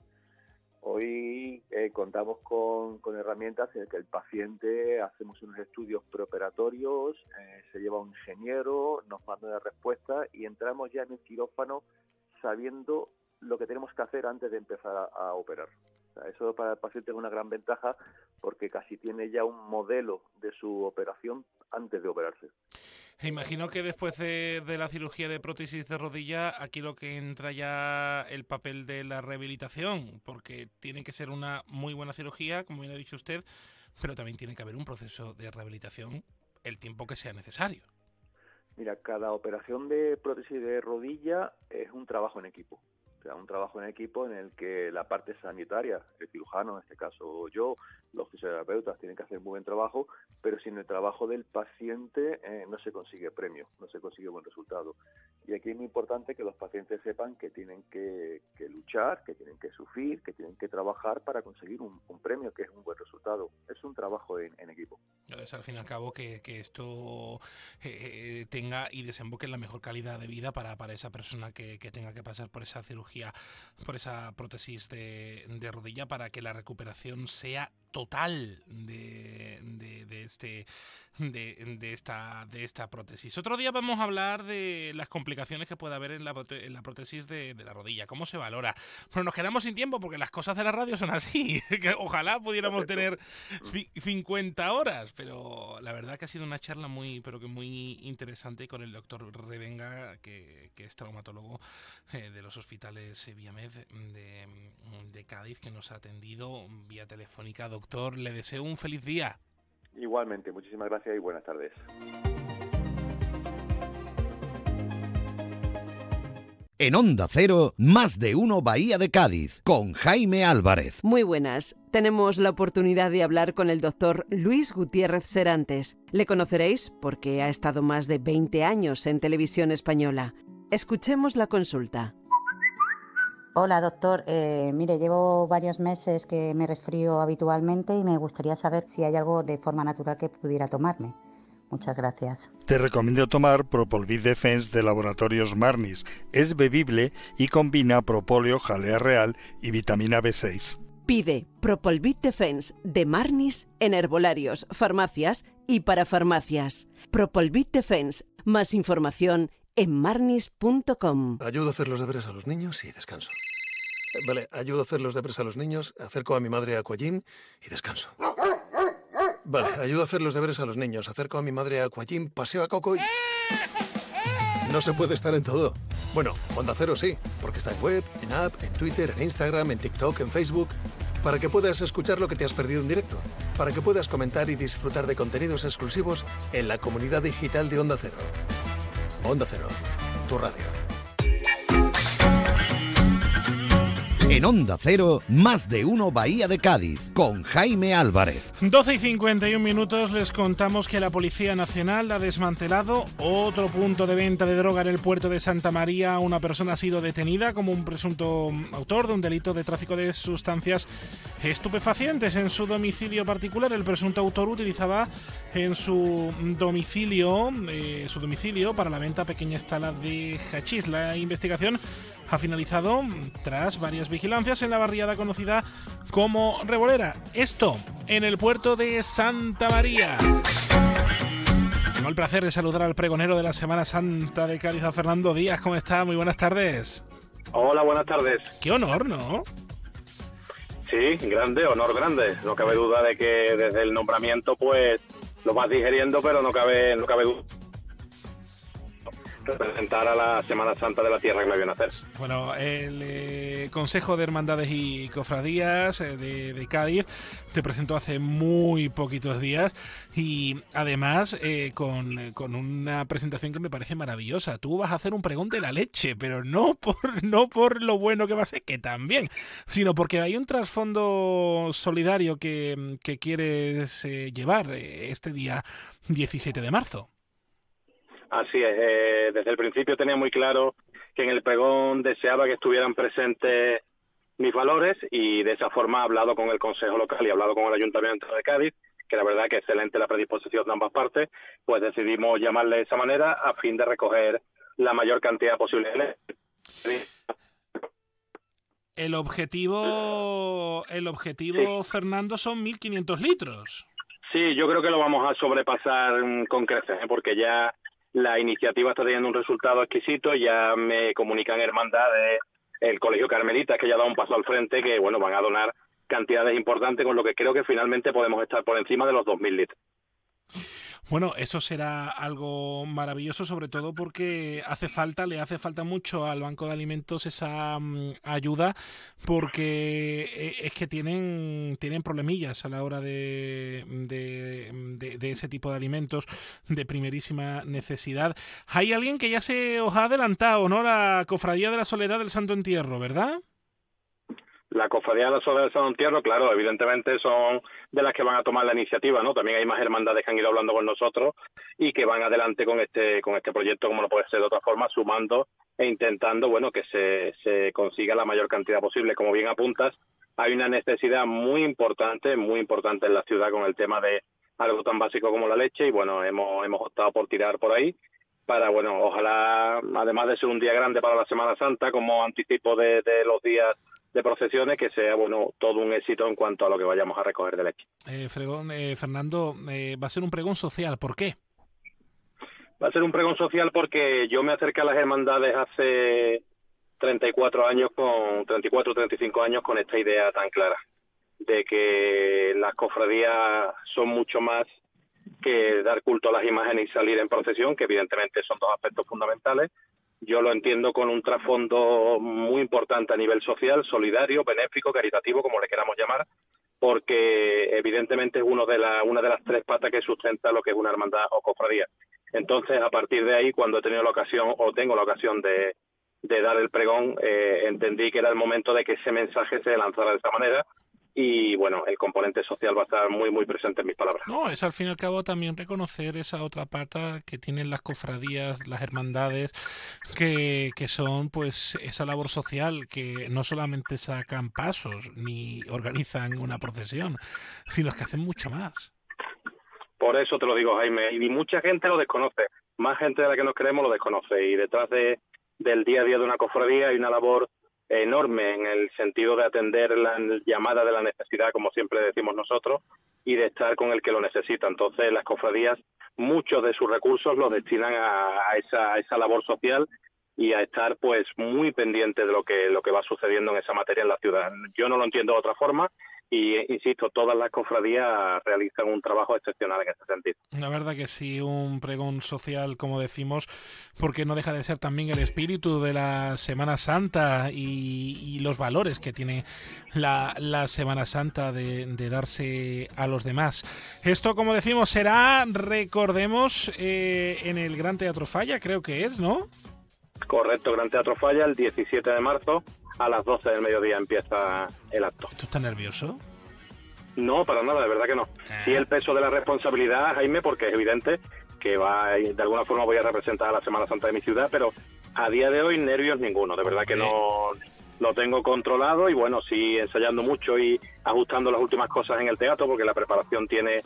Hoy contamos con herramientas en las que el paciente, hacemos unos estudios preoperatorios, se lleva un ingeniero, nos manda una respuesta y entramos ya en el quirófano sabiendo lo que tenemos que hacer antes de empezar a operar. O sea, eso para el paciente es una gran ventaja porque casi tiene ya un modelo de su operación antes de operarse. Imagino que después de la cirugía de prótesis de rodilla, aquí lo que entra ya el papel de la rehabilitación, porque tiene que ser una muy buena cirugía, como bien ha dicho usted, pero también tiene que haber un proceso de rehabilitación el tiempo que sea necesario. Mira, cada operación de prótesis de rodilla es un trabajo en equipo. sea, un trabajo en equipo en el que la parte sanitaria, el cirujano en este caso yo, los fisioterapeutas tienen que hacer muy buen trabajo, pero sin el trabajo del paciente no se consigue premio, no se consigue buen resultado. Y aquí es muy importante que los pacientes sepan que tienen que luchar, que tienen que sufrir, que tienen que trabajar para conseguir un premio, que es un buen resultado. Es un trabajo en equipo. Es al fin y al cabo que esto tenga y desemboque en la mejor calidad de vida para esa persona que tenga que pasar por esa cirugía, por esa prótesis de rodilla, para que la recuperación sea total de esta prótesis. Otro día vamos a hablar de las complicaciones que puede haber en la prótesis de la rodilla, cómo se valora. Pero nos quedamos sin tiempo porque las cosas de la radio son así. Ojalá pudiéramos tener 50 horas, pero la verdad que ha sido una charla muy interesante con el doctor Revenga, que es traumatólogo de los hospitales Viamed de Cádiz, que nos ha atendido vía telefónica. Doctor, le deseo un feliz día. Igualmente, muchísimas gracias y buenas tardes. En Onda Cero, Más de Uno Bahía de Cádiz, con Jaime Álvarez. Muy buenas. Tenemos la oportunidad de hablar con el doctor Luis Gutiérrez Serantes. Le conoceréis porque ha estado más de 20 años en Televisión Española. Escuchemos la consulta. Hola, doctor. Mire, llevo varios meses que me resfrío habitualmente y me gustaría saber si hay algo de forma natural que pudiera tomarme. Muchas gracias. Te recomiendo tomar Propolvit Defense de Laboratorios Marnis. Es bebible y combina propóleo, jalea real y vitamina B6. Pide Propolvit Defense de Marnis en herbolarios, farmacias y para farmacias. Propolvit Defense. Más información en marnis.com. Ayudo a hacer los deberes a los niños y descanso. Vale, ayudo a hacer los deberes a los niños, acerco a mi madre a Aquagym y descanso. Vale, ayudo a hacer los deberes a los niños, acerco a mi madre a Aquagym, paseo a Coco y... No se puede estar en todo. Bueno, Onda Cero sí, porque está en web, en app, en Twitter, en Instagram, en TikTok, en Facebook... Para que puedas escuchar lo que te has perdido en directo. Para que puedas comentar y disfrutar de contenidos exclusivos en la comunidad digital de Onda Cero. Onda Cero, tu radio. En Onda Cero, Más de Uno Bahía de Cádiz, con Jaime Álvarez. 12:51 les contamos que la Policía Nacional ha desmantelado otro punto de venta de droga en el puerto de Santa María. Una persona ha sido detenida como un presunto autor de un delito de tráfico de sustancias estupefacientes en su domicilio particular. El presunto autor utilizaba en su domicilio para la venta a pequeña escala de hachís. La investigación ha finalizado tras varias vigilancias en la barriada conocida como Rebolera. Esto en el puerto de Santa María. Tengo el placer de saludar al pregonero de la Semana Santa de Cádiz, a Fernando Díaz. ¿Cómo está? Muy buenas tardes. Hola, buenas tardes. Qué honor, ¿no? Sí, grande, honor grande. No cabe duda de que desde el nombramiento pues lo vas digeriendo, pero no cabe duda representar a la Semana Santa de la tierra que me viene a hacer. Bueno, el Consejo de Hermandades y Cofradías de Cádiz te presentó hace muy poquitos días y además con una presentación que me parece maravillosa. Tú vas a hacer un pregón de la leche, pero no por lo bueno que va a ser, que también, sino porque hay un trasfondo solidario que quieres llevar este día 17 de marzo. Así es, desde el principio tenía muy claro que en el pregón deseaba que estuvieran presentes mis valores y de esa forma he hablado con el Consejo Local y he hablado con el Ayuntamiento de Cádiz, que la verdad que excelente la predisposición de ambas partes, pues decidimos llamarle de esa manera a fin de recoger la mayor cantidad posible de El objetivo, Fernando, son 1.500 litros. Sí, yo creo que lo vamos a sobrepasar con creces, porque ya la iniciativa está teniendo un resultado exquisito. Ya me comunican hermandades, el Colegio Carmelita, que ya da un paso al frente, que bueno, van a donar cantidades importantes, con lo que creo que finalmente podemos estar por encima de los 2.000 litros. Bueno, eso será algo maravilloso, sobre todo porque le hace falta mucho al Banco de Alimentos esa ayuda, porque es que tienen problemillas a la hora de ese tipo de alimentos de primerísima necesidad. Hay alguien que ya se os ha adelantado, ¿no? La Cofradía de la Soledad del Santo Entierro, ¿verdad? La Cofradía de la Soledad del Santo Entierro, claro, evidentemente son de las que van a tomar la iniciativa, ¿no? También hay más hermandades que han ido hablando con nosotros y que van adelante con este proyecto, como no puede ser de otra forma, sumando e intentando, bueno, que se consiga la mayor cantidad posible. Como bien apuntas, hay una necesidad muy importante en la ciudad con el tema de algo tan básico como la leche, y bueno, hemos optado por tirar por ahí para, bueno, ojalá, además de ser un día grande para la Semana Santa, como anticipo de los días de procesiones, que sea, bueno, todo un éxito en cuanto a lo que vayamos a recoger de leche. Fernando, va a ser un pregón social, ¿por qué? Va a ser un pregón social porque yo me acerqué a las hermandades hace 34 o 35 años con esta idea tan clara, de que las cofradías son mucho más que dar culto a las imágenes y salir en procesión, que evidentemente son dos aspectos fundamentales. Yo lo entiendo con un trasfondo muy importante a nivel social, solidario, benéfico, caritativo, como le queramos llamar, porque evidentemente es una de las tres patas que sustenta lo que es una hermandad o cofradía. Entonces, a partir de ahí, cuando tengo la ocasión de dar el pregón, entendí que era el momento de que ese mensaje se lanzara de esta manera. Y bueno, el componente social va a estar muy muy presente en mis palabras. No, es al fin y al cabo también reconocer esa otra pata que tienen las cofradías, las hermandades, que son pues esa labor social, que no solamente sacan pasos ni organizan una procesión, sino que hacen mucho más. Por eso te lo digo, Jaime, y mucha gente lo desconoce, más gente de la que nos creemos lo desconoce, y detrás del día a día de una cofradía hay una labor enorme en el sentido de atender la llamada de la necesidad, como siempre decimos nosotros, y de estar con el que lo necesita. Entonces, las cofradías, muchos de sus recursos los destinan a esa labor social y a estar pues muy pendiente de lo que va sucediendo en esa materia en la ciudad. Yo no lo entiendo de otra forma. Y, insisto, todas las cofradías realizan un trabajo excepcional en ese sentido. La verdad que sí, un pregón social, como decimos, porque no deja de ser también el espíritu de la Semana Santa y los valores que tiene la Semana Santa de darse a los demás. Esto, como decimos, será, recordemos, en el Gran Teatro Falla, creo que es, ¿no? Correcto, Gran Teatro Falla, el 17 de marzo. A las 12 del mediodía empieza el acto. ¿Tú estás nervioso? No, para nada, de verdad que no. Sí, el peso de la responsabilidad, Jaime, porque es evidente que de alguna forma voy a representar a la Semana Santa de mi ciudad, pero a día de hoy nervios ninguno, de verdad que no lo tengo controlado, y bueno, sí ensayando mucho y ajustando las últimas cosas en el teatro, porque la preparación tiene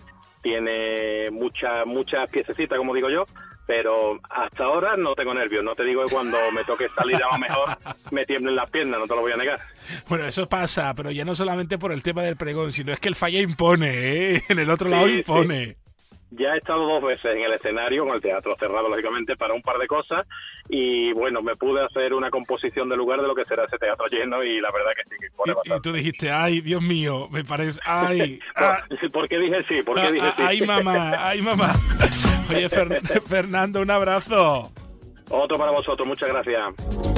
muchas piececitas, como digo yo. Pero hasta ahora no tengo nervios. No te digo que cuando me toque salir a lo mejor me tiemblen las piernas, no te lo voy a negar. Bueno, eso pasa, pero ya no solamente por el tema del pregón, sino es que el Falla impone, ¿eh? En el otro lado impone. Sí. Ya he estado 2 veces en el escenario, con el teatro cerrado, lógicamente, para un par de cosas, y bueno, me pude hacer una composición del lugar de lo que será ese teatro lleno, y la verdad que sí, que pone bastante. Y tú dijiste, ay, Dios mío, me parece, ay. ¿Por qué dije sí? Ay, mamá, ay, mamá. Oye, Fernando, un abrazo. Otro para vosotros, muchas gracias.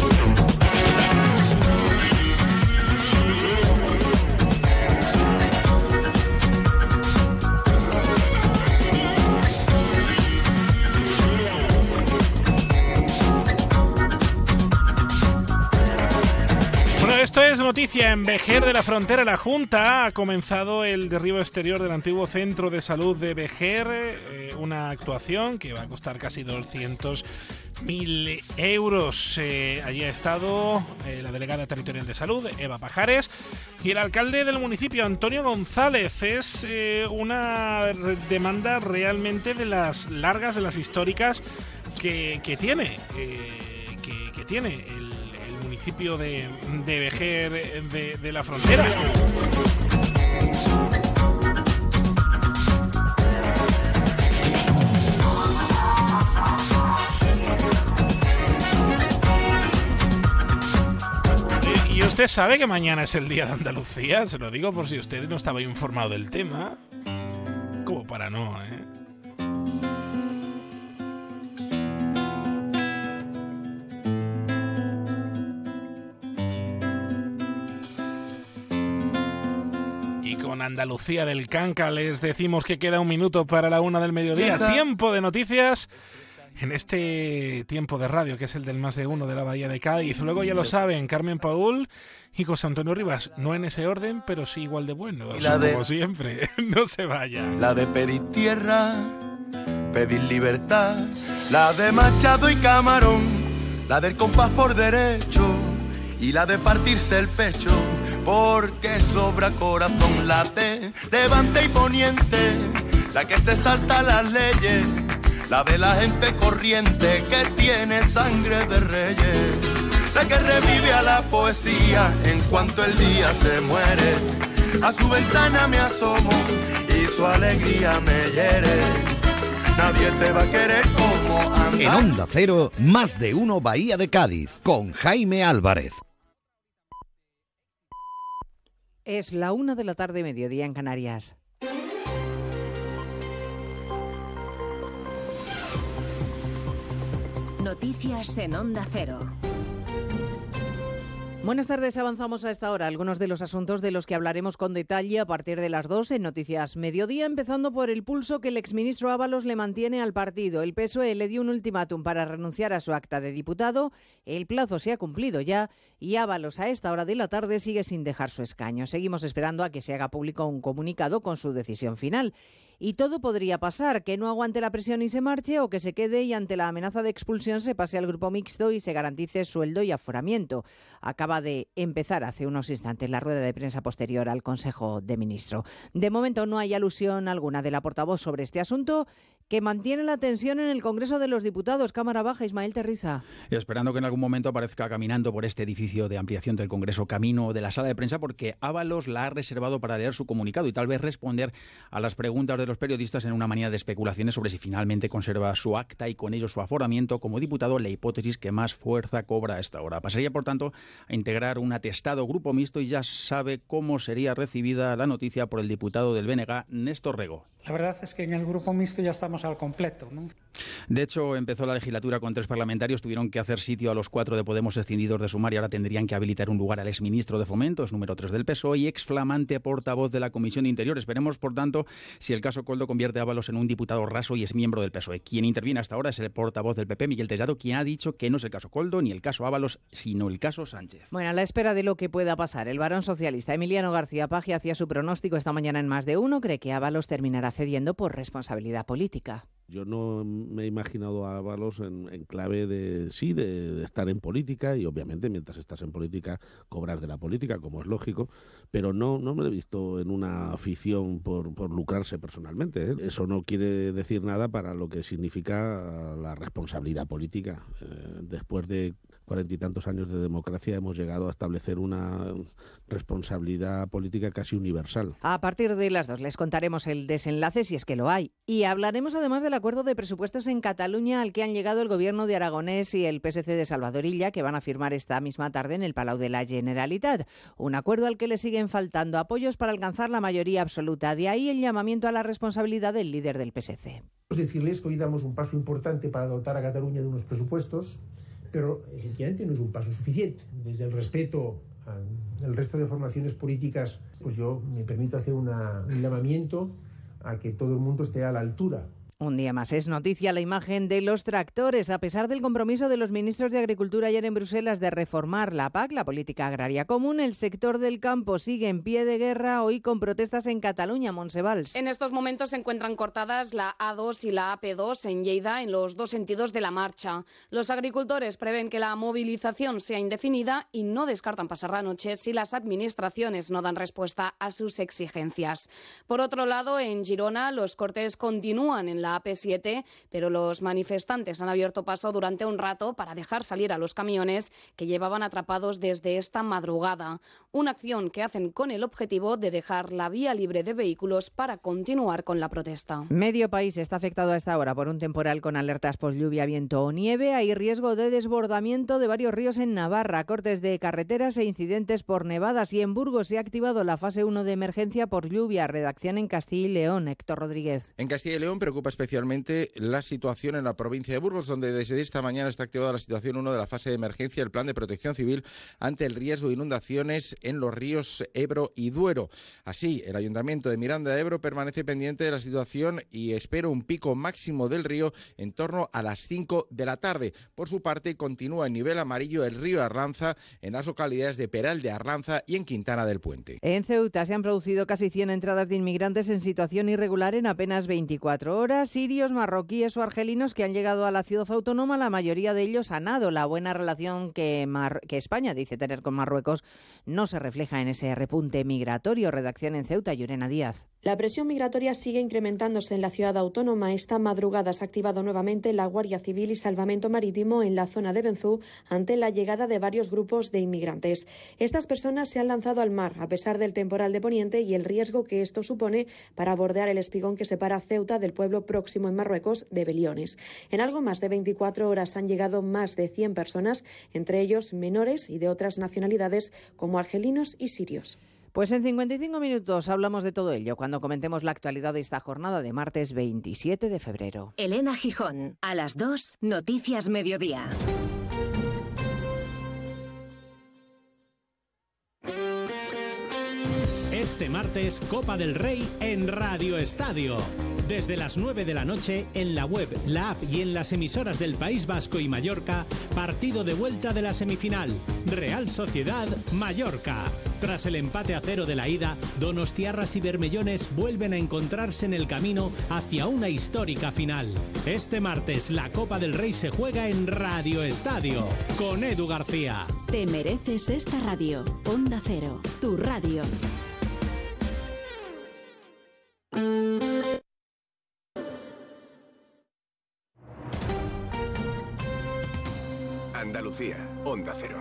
Esto es noticia en Vejer de la Frontera. La Junta ha comenzado el derribo exterior del antiguo centro de salud de Vejer, una actuación que va a costar casi 200.000 euros. Allí ha estado la delegada territorial de salud, Eva Pajares, y el alcalde del municipio, Antonio González. Es una demanda realmente de las largas, de las históricas que tiene el municipio de Vejer de la Frontera. ¿Y usted sabe que mañana es el Día de Andalucía? Se lo digo por si usted no estaba informado del tema. Como para no, ¿eh? con Andalucía del Canca. Les decimos que queda un minuto para la 1 del mediodía. Tiempo de noticias en este tiempo de radio, que es el del Más de Uno de la Bahía de Cádiz. Luego ya lo saben, Carmen Paul y José Antonio Rivas. No en ese orden, pero sí igual de buenos, como siempre. No se vayan. La de pedir tierra, pedir libertad, la de Machado y Camarón, la del compás por derecho y la de partirse el pecho, porque sobra corazón, la de Levante y Poniente, la que se salta las leyes, la de la gente corriente que tiene sangre de reyes, la que revive a la poesía en cuanto el día se muere. A su ventana me asomo y su alegría me hiere. Nadie te va a querer como andar. En Onda Cero, Más de Uno Bahía de Cádiz, con Jaime Álvarez. Es la 1 de la tarde, mediodía en Canarias. Noticias en Onda Cero. Buenas tardes, avanzamos a esta hora algunos de los asuntos de los que hablaremos con detalle a partir de las 2 en Noticias Mediodía, empezando por el pulso que el exministro Ábalos le mantiene al partido. El PSOE le dio un ultimátum para renunciar a su acta de diputado, el plazo se ha cumplido ya y Ábalos a esta hora de la tarde sigue sin dejar su escaño. Seguimos esperando a que se haga público un comunicado con su decisión final. Y todo podría pasar, que no aguante la presión y se marche, o que se quede y ante la amenaza de expulsión se pase al grupo mixto y se garantice sueldo y aforamiento. Acaba de empezar hace unos instantes la rueda de prensa posterior al Consejo de Ministros. De momento no hay alusión alguna de la portavoz sobre este asunto, que mantiene la tensión en el Congreso de los Diputados. Cámara Baja, Ismael Terriza. Y esperando que en algún momento aparezca caminando por este edificio de ampliación del Congreso, camino de la sala de prensa, porque Ábalos la ha reservado para leer su comunicado y tal vez responder a las preguntas de los periodistas en una manía de especulaciones sobre si finalmente conserva su acta y con ello su aforamiento como diputado, la hipótesis que más fuerza cobra a esta hora. Pasaría, por tanto, a integrar un atestado grupo mixto y ya sabe cómo sería recibida la noticia por el diputado del BNG, Néstor Rego. La verdad es que en el grupo mixto ya estamos al completo, ¿no? De hecho, empezó la legislatura con 3 parlamentarios, tuvieron que hacer sitio a los 4 de Podemos escindidos de Sumar y ahora tendrían que habilitar un lugar al exministro de Fomento, es número 3 del PSOE y exflamante portavoz de la Comisión de Interior. Esperemos, por tanto, si el caso Koldo convierte a Ábalos en un diputado raso y es miembro del PSOE. Quien interviene hasta ahora es el portavoz del PP, Miguel Tellado, quien ha dicho que no es el caso Koldo ni el caso Ábalos, sino el caso Sánchez. Bueno, a la espera de lo que pueda pasar, el varón socialista Emiliano García Paje hacía su pronóstico esta mañana en Más de Uno, cree que Ábalos terminará cediendo por responsabilidad política. Yo no me he imaginado a Ábalos en clave de estar en política y obviamente mientras estás en política cobras de la política, como es lógico, pero no me lo he visto en una afición por lucrarse personalmente, ¿eh? Eso no quiere decir nada para lo que significa la responsabilidad política. Después de 40 y tantos años de democracia hemos llegado a establecer una responsabilidad política casi universal. A partir de las 2 les contaremos el desenlace, si es que lo hay, y hablaremos además del acuerdo de presupuestos en Cataluña al que han llegado el gobierno de Aragonés y el PSC de Salvador Illa, que van a firmar esta misma tarde en el Palau de la Generalitat. Un acuerdo al que le siguen faltando apoyos para alcanzar la mayoría absoluta. De ahí el llamamiento a la responsabilidad del líder del PSC. Decirles que hoy damos un paso importante para dotar a Cataluña de unos presupuestos, pero efectivamente no es un paso suficiente. Desde el respeto al resto de formaciones políticas, pues yo me permito hacer un llamamiento a que todo el mundo esté a la altura. Un día más es noticia la imagen de los tractores. A pesar del compromiso de los ministros de Agricultura ayer en Bruselas de reformar la PAC, la Política Agraria Común, el sector del campo sigue en pie de guerra hoy con protestas en Cataluña, Montse Valls. En estos momentos se encuentran cortadas la A2 y la AP2 en Lleida en los 2 sentidos de la marcha. Los agricultores prevén que la movilización sea indefinida y no descartan pasar la noche si las administraciones no dan respuesta a sus exigencias. Por otro lado, en Girona los cortes continúan en la AP7, pero los manifestantes han abierto paso durante un rato para dejar salir a los camiones que llevaban atrapados desde esta madrugada. Una acción que hacen con el objetivo de dejar la vía libre de vehículos para continuar con la protesta. Medio país está afectado a esta hora por un temporal con alertas por lluvia, viento o nieve. Hay riesgo de desbordamiento de varios ríos en Navarra, cortes de carreteras e incidentes por nevadas. Y en Burgos se ha activado la fase 1 de emergencia por lluvia. Redacción en Castilla y León. Héctor Rodríguez. En Castilla y León preocupa especialmente la situación en la provincia de Burgos, donde desde esta mañana está activada la situación 1 de la fase de emergencia del Plan de Protección Civil ante el riesgo de inundaciones en los ríos Ebro y Duero. Así, el Ayuntamiento de Miranda de Ebro permanece pendiente de la situación y espera un pico máximo del río en torno a las 5 de la tarde. Por su parte, continúa en nivel amarillo el río Arlanza en las localidades de Peral de Arlanza y en Quintana del Puente. En Ceuta se han producido casi 100 entradas de inmigrantes en situación irregular en apenas 24 horas. Sirios, marroquíes o argelinos que han llegado a la ciudad autónoma, la mayoría de ellos han nado. La buena relación que España dice tener con Marruecos no se refleja en ese repunte migratorio. Redacción en Ceuta, Llorena Díaz. La presión migratoria sigue incrementándose en la ciudad autónoma. Esta madrugada se ha activado nuevamente la Guardia Civil y Salvamento Marítimo en la zona de Benzú ante la llegada de varios grupos de inmigrantes. Estas personas se han lanzado al mar a pesar del temporal de Poniente y el riesgo que esto supone para bordear el espigón que separa Ceuta del pueblo próximo en Marruecos de Beliones. En algo más de 24 horas han llegado más de 100 personas, entre ellos menores y de otras nacionalidades como argelinos y sirios. Pues en 55 minutos hablamos de todo ello cuando comentemos la actualidad de esta jornada de martes 27 de febrero. Elena Gijón, a las 2, Noticias Mediodía. Este martes, Copa del Rey en Radio Estadio. Desde las 9 de la noche, en la web, la app y en las emisoras del País Vasco y Mallorca, partido de vuelta de la semifinal, Real Sociedad Mallorca. Tras el empate a 0 de la ida, donostiarras y bermellones vuelven a encontrarse en el camino hacia una histórica final. Este martes, la Copa del Rey se juega en Radio Estadio, con Edu García. Te mereces esta radio. Onda Cero, tu radio. Andalucía, Onda Cero.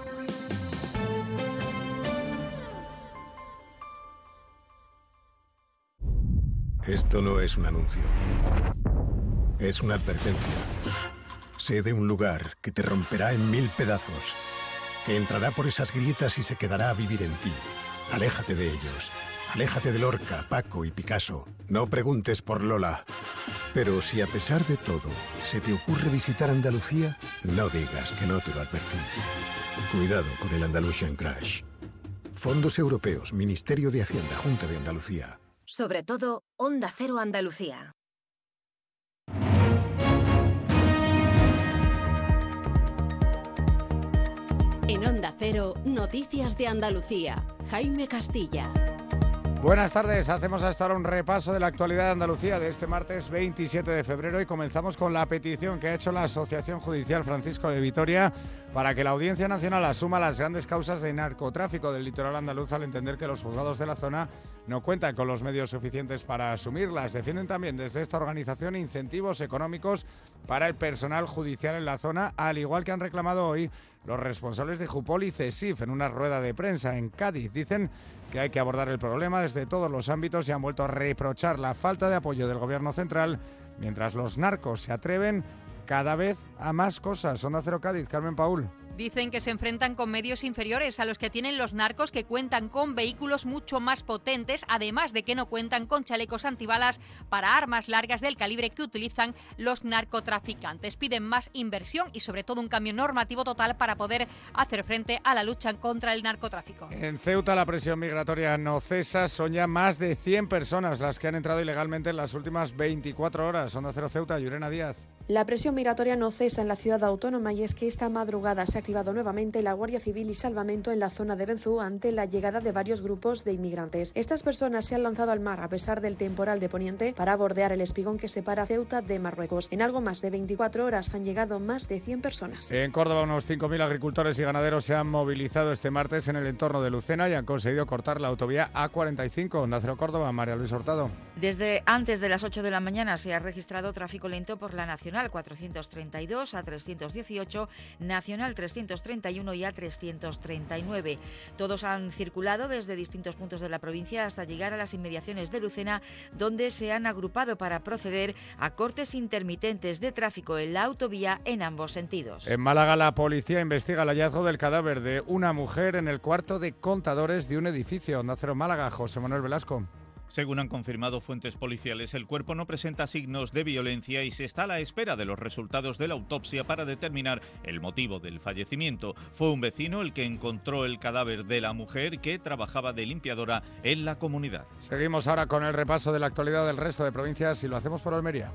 Esto no es un anuncio. Es una advertencia. Sé de un lugar que te romperá en 1000 pedazos, que entrará por esas grietas y se quedará a vivir en ti. Aléjate de ellos. Aléjate de Lorca, Paco y Picasso. No preguntes por Lola. Pero si a pesar de todo se te ocurre visitar Andalucía, no digas que no te lo advertí. Cuidado con el Andalusian Crash. Fondos Europeos, Ministerio de Hacienda, Junta de Andalucía. Sobre todo, Onda Cero Andalucía. En Onda Cero, Noticias de Andalucía. Jaime Castilla. Buenas tardes, hacemos hasta ahora un repaso de la actualidad de Andalucía de este martes 27 de febrero y comenzamos con la petición que ha hecho la Asociación Judicial Francisco de Vitoria para que la Audiencia Nacional asuma las grandes causas de narcotráfico del litoral andaluz al entender que los juzgados de la zona no cuentan con los medios suficientes para asumirlas. Defienden también desde esta organización incentivos económicos para el personal judicial en la zona, al igual que han reclamado hoy los responsables de Jupol y CESIF en una rueda de prensa en Cádiz. Dicen que hay que abordar el problema desde todos los ámbitos y han vuelto a reprochar la falta de apoyo del gobierno central mientras los narcos se atreven cada vez a más cosas. Onda Cero Cádiz, Carmen Paúl. Dicen que se enfrentan con medios inferiores a los que tienen los narcos, que cuentan con vehículos mucho más potentes, además de que no cuentan con chalecos antibalas para armas largas del calibre que utilizan los narcotraficantes. Piden más inversión y sobre todo un cambio normativo total para poder hacer frente a la lucha contra el narcotráfico. En Ceuta la presión migratoria no cesa, son ya más de 100 personas las que han entrado ilegalmente en las últimas 24 horas. Onda Cero Ceuta, Llorena Díaz. La presión migratoria no cesa en la ciudad autónoma y es que esta madrugada se ha activado nuevamente la Guardia Civil y Salvamento en la zona de Benzú ante la llegada de varios grupos de inmigrantes. Estas personas se han lanzado al mar a pesar del temporal de Poniente para bordear el espigón que separa Ceuta de Marruecos. En algo más de 24 horas han llegado más de 100 personas. En Córdoba unos 5.000 agricultores y ganaderos se han movilizado este martes en el entorno de Lucena y han conseguido cortar la autovía A45. Onda Cero Córdoba, María Luisa Hurtado. Desde antes de las 8 de la mañana se ha registrado tráfico lento por la Nacional 432, A318, Nacional 331 y A339. Todos han circulado desde distintos puntos de la provincia hasta llegar a las inmediaciones de Lucena, donde se han agrupado para proceder a cortes intermitentes de tráfico en la autovía en ambos sentidos. En Málaga la policía investiga el hallazgo del cadáver de una mujer en el cuarto de contadores de un edificio. Onda Cero Málaga, José Manuel Velasco. Según han confirmado fuentes policiales, el cuerpo no presenta signos de violencia y se está a la espera de los resultados de la autopsia para determinar el motivo del fallecimiento. Fue un vecino el que encontró el cadáver de la mujer que trabajaba de limpiadora en la comunidad. Seguimos ahora con el repaso de la actualidad del resto de provincias y lo hacemos por Almería.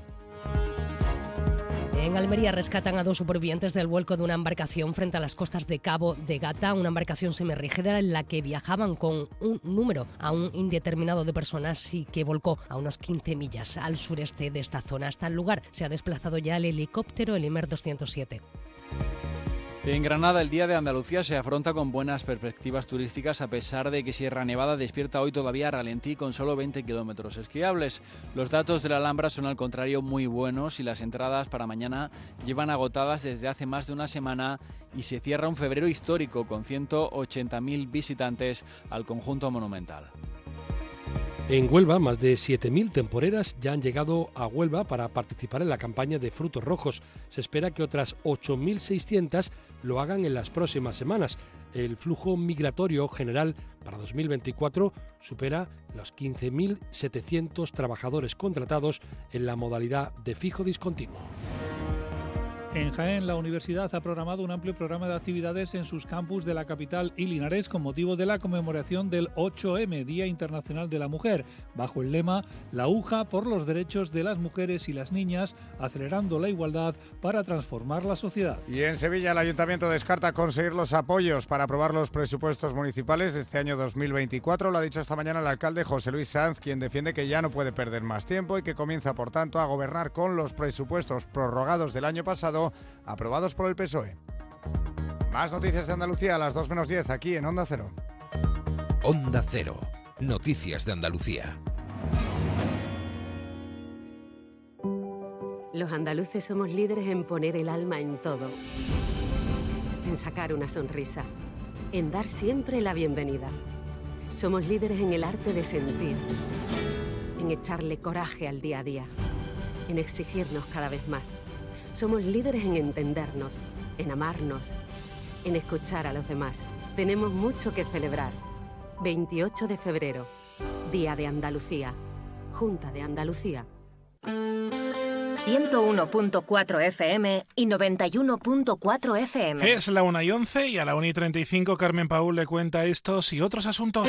En Almería rescatan a 2 supervivientes del vuelco de una embarcación frente a las costas de Cabo de Gata, una embarcación semirrígida en la que viajaban con un número aún indeterminado de personas y que volcó a unos 15 millas al sureste de esta zona. Hasta el lugar se ha desplazado ya el helicóptero, el Imer 207. En Granada, el Día de Andalucía se afronta con buenas perspectivas turísticas a pesar de que Sierra Nevada despierta hoy todavía a ralentí con solo 20 kilómetros esquiables. Los datos de la Alhambra son al contrario muy buenos y las entradas para mañana llevan agotadas desde hace más de una semana y se cierra un febrero histórico con 180.000 visitantes al conjunto monumental. En Huelva, más de 7.000 temporeras ya han llegado a Huelva para participar en la campaña de frutos rojos. Se espera que otras 8.600 lo hagan en las próximas semanas. El flujo migratorio general para 2024 supera los 15.700 trabajadores contratados en la modalidad de fijo discontinuo. En Jaén, la universidad ha programado un amplio programa de actividades en sus campus de la capital y Linares con motivo de la conmemoración del 8M, Día Internacional de la Mujer, bajo el lema La UJA por los derechos de las mujeres y las niñas, acelerando la igualdad para transformar la sociedad. Y en Sevilla, el Ayuntamiento descarta conseguir los apoyos para aprobar los presupuestos municipales de este año 2024. Lo ha dicho esta mañana el alcalde José Luis Sanz, quien defiende que ya no puede perder más tiempo y que comienza, por tanto, a gobernar con los presupuestos prorrogados del año pasado, aprobados por el PSOE. Más noticias de Andalucía a las 2 menos 10 aquí en Onda Cero. Onda Cero. Noticias de Andalucía. Los andaluces somos líderes en poner el alma en todo, en sacar una sonrisa, en dar siempre la bienvenida. Somos líderes en el arte de sentir, en echarle coraje al día a día, en exigirnos cada vez más. Somos líderes en entendernos, en amarnos, en escuchar a los demás. Tenemos mucho que celebrar. 28 de febrero, Día de Andalucía, Junta de Andalucía. 101.4 FM y 91.4 FM. Es la 1:11 y a la 1:35 Carmen Paúl le cuenta estos y otros asuntos.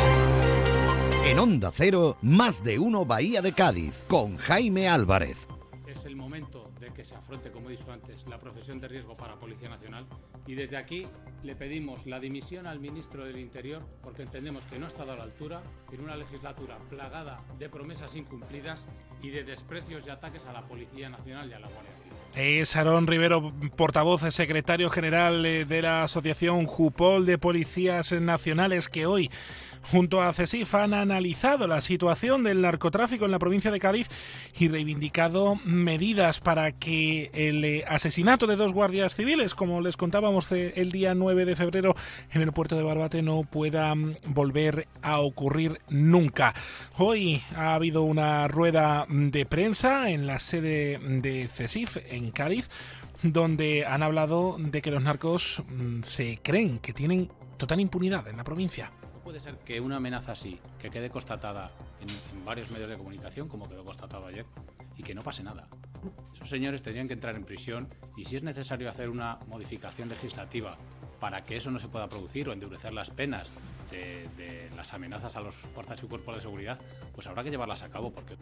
En Onda Cero, Más de Uno Bahía de Cádiz, con Jaime Álvarez. Es el momento de que se afronte, como he dicho antes, la profesión de riesgo para Policía Nacional y desde aquí le pedimos la dimisión al ministro del Interior porque entendemos que no ha estado a la altura en una legislatura plagada de promesas incumplidas y de desprecios y ataques a la Policía Nacional y a la Guardia Civil. Es Aarón Rivero, portavoz, secretario general de la Asociación Jupol de Policías Nacionales, que hoy, junto a CESIF, han analizado la situación del narcotráfico en la provincia de Cádiz y reivindicado medidas para que el asesinato de 2 guardias civiles, como les contábamos el día 9 de febrero en el puerto de Barbate, no pueda volver a ocurrir nunca. Hoy ha habido una rueda de prensa en la sede de CESIF en Cádiz, donde han hablado de que los narcos se creen que tienen total impunidad en la provincia. Puede ser que una amenaza así, que quede constatada en varios medios de comunicación, como quedó constatado ayer, y que no pase nada. Esos señores tendrían que entrar en prisión y si es necesario hacer una modificación legislativa para que eso no se pueda producir o endurecer las penas de las amenazas a las fuerzas y cuerpos de seguridad, pues habrá que llevarlas a cabo porque...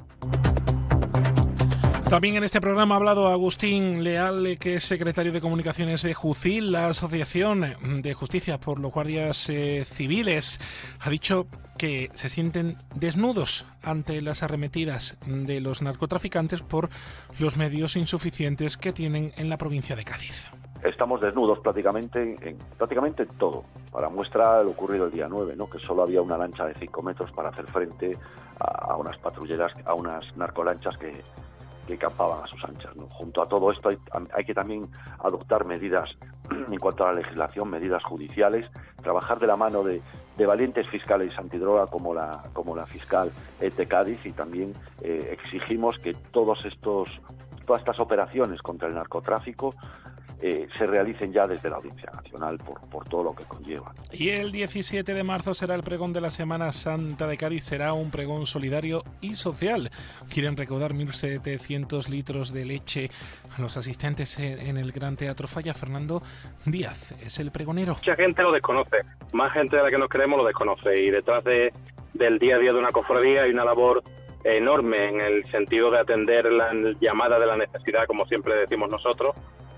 También en este programa ha hablado Agustín Leal, que es secretario de Comunicaciones de JUCIL, la Asociación de Justicia por los Guardias Civiles. Ha dicho que se sienten desnudos ante las arremetidas de los narcotraficantes por los medios insuficientes que tienen en la provincia de Cádiz. Estamos desnudos prácticamente en todo. Para muestra lo ocurrido el día 9, ¿no? Que solo había una lancha de 5 metros para hacer frente a unas patrulleras, a unas narcolanchas que campaban a sus anchas, ¿no? Junto a todo esto hay que también adoptar medidas en cuanto a la legislación, medidas judiciales, trabajar de la mano de valientes fiscales antidroga como la fiscal de Cádiz, y también exigimos que todas estas operaciones contra el narcotráfico se realicen ya desde la Audiencia Nacional por todo lo que conlleva. Y el 17 de marzo será el pregón de la Semana Santa de Cádiz, será un pregón solidario y social. Quieren recaudar 1.700 litros de leche a los asistentes en el Gran Teatro Falla. Fernando Díaz es el pregonero. Mucha gente lo desconoce, más gente de la que nos creemos lo desconoce, y detrás del día a día de una cofradía hay una labor enorme en el sentido de atender la llamada de la necesidad, como siempre decimos nosotros.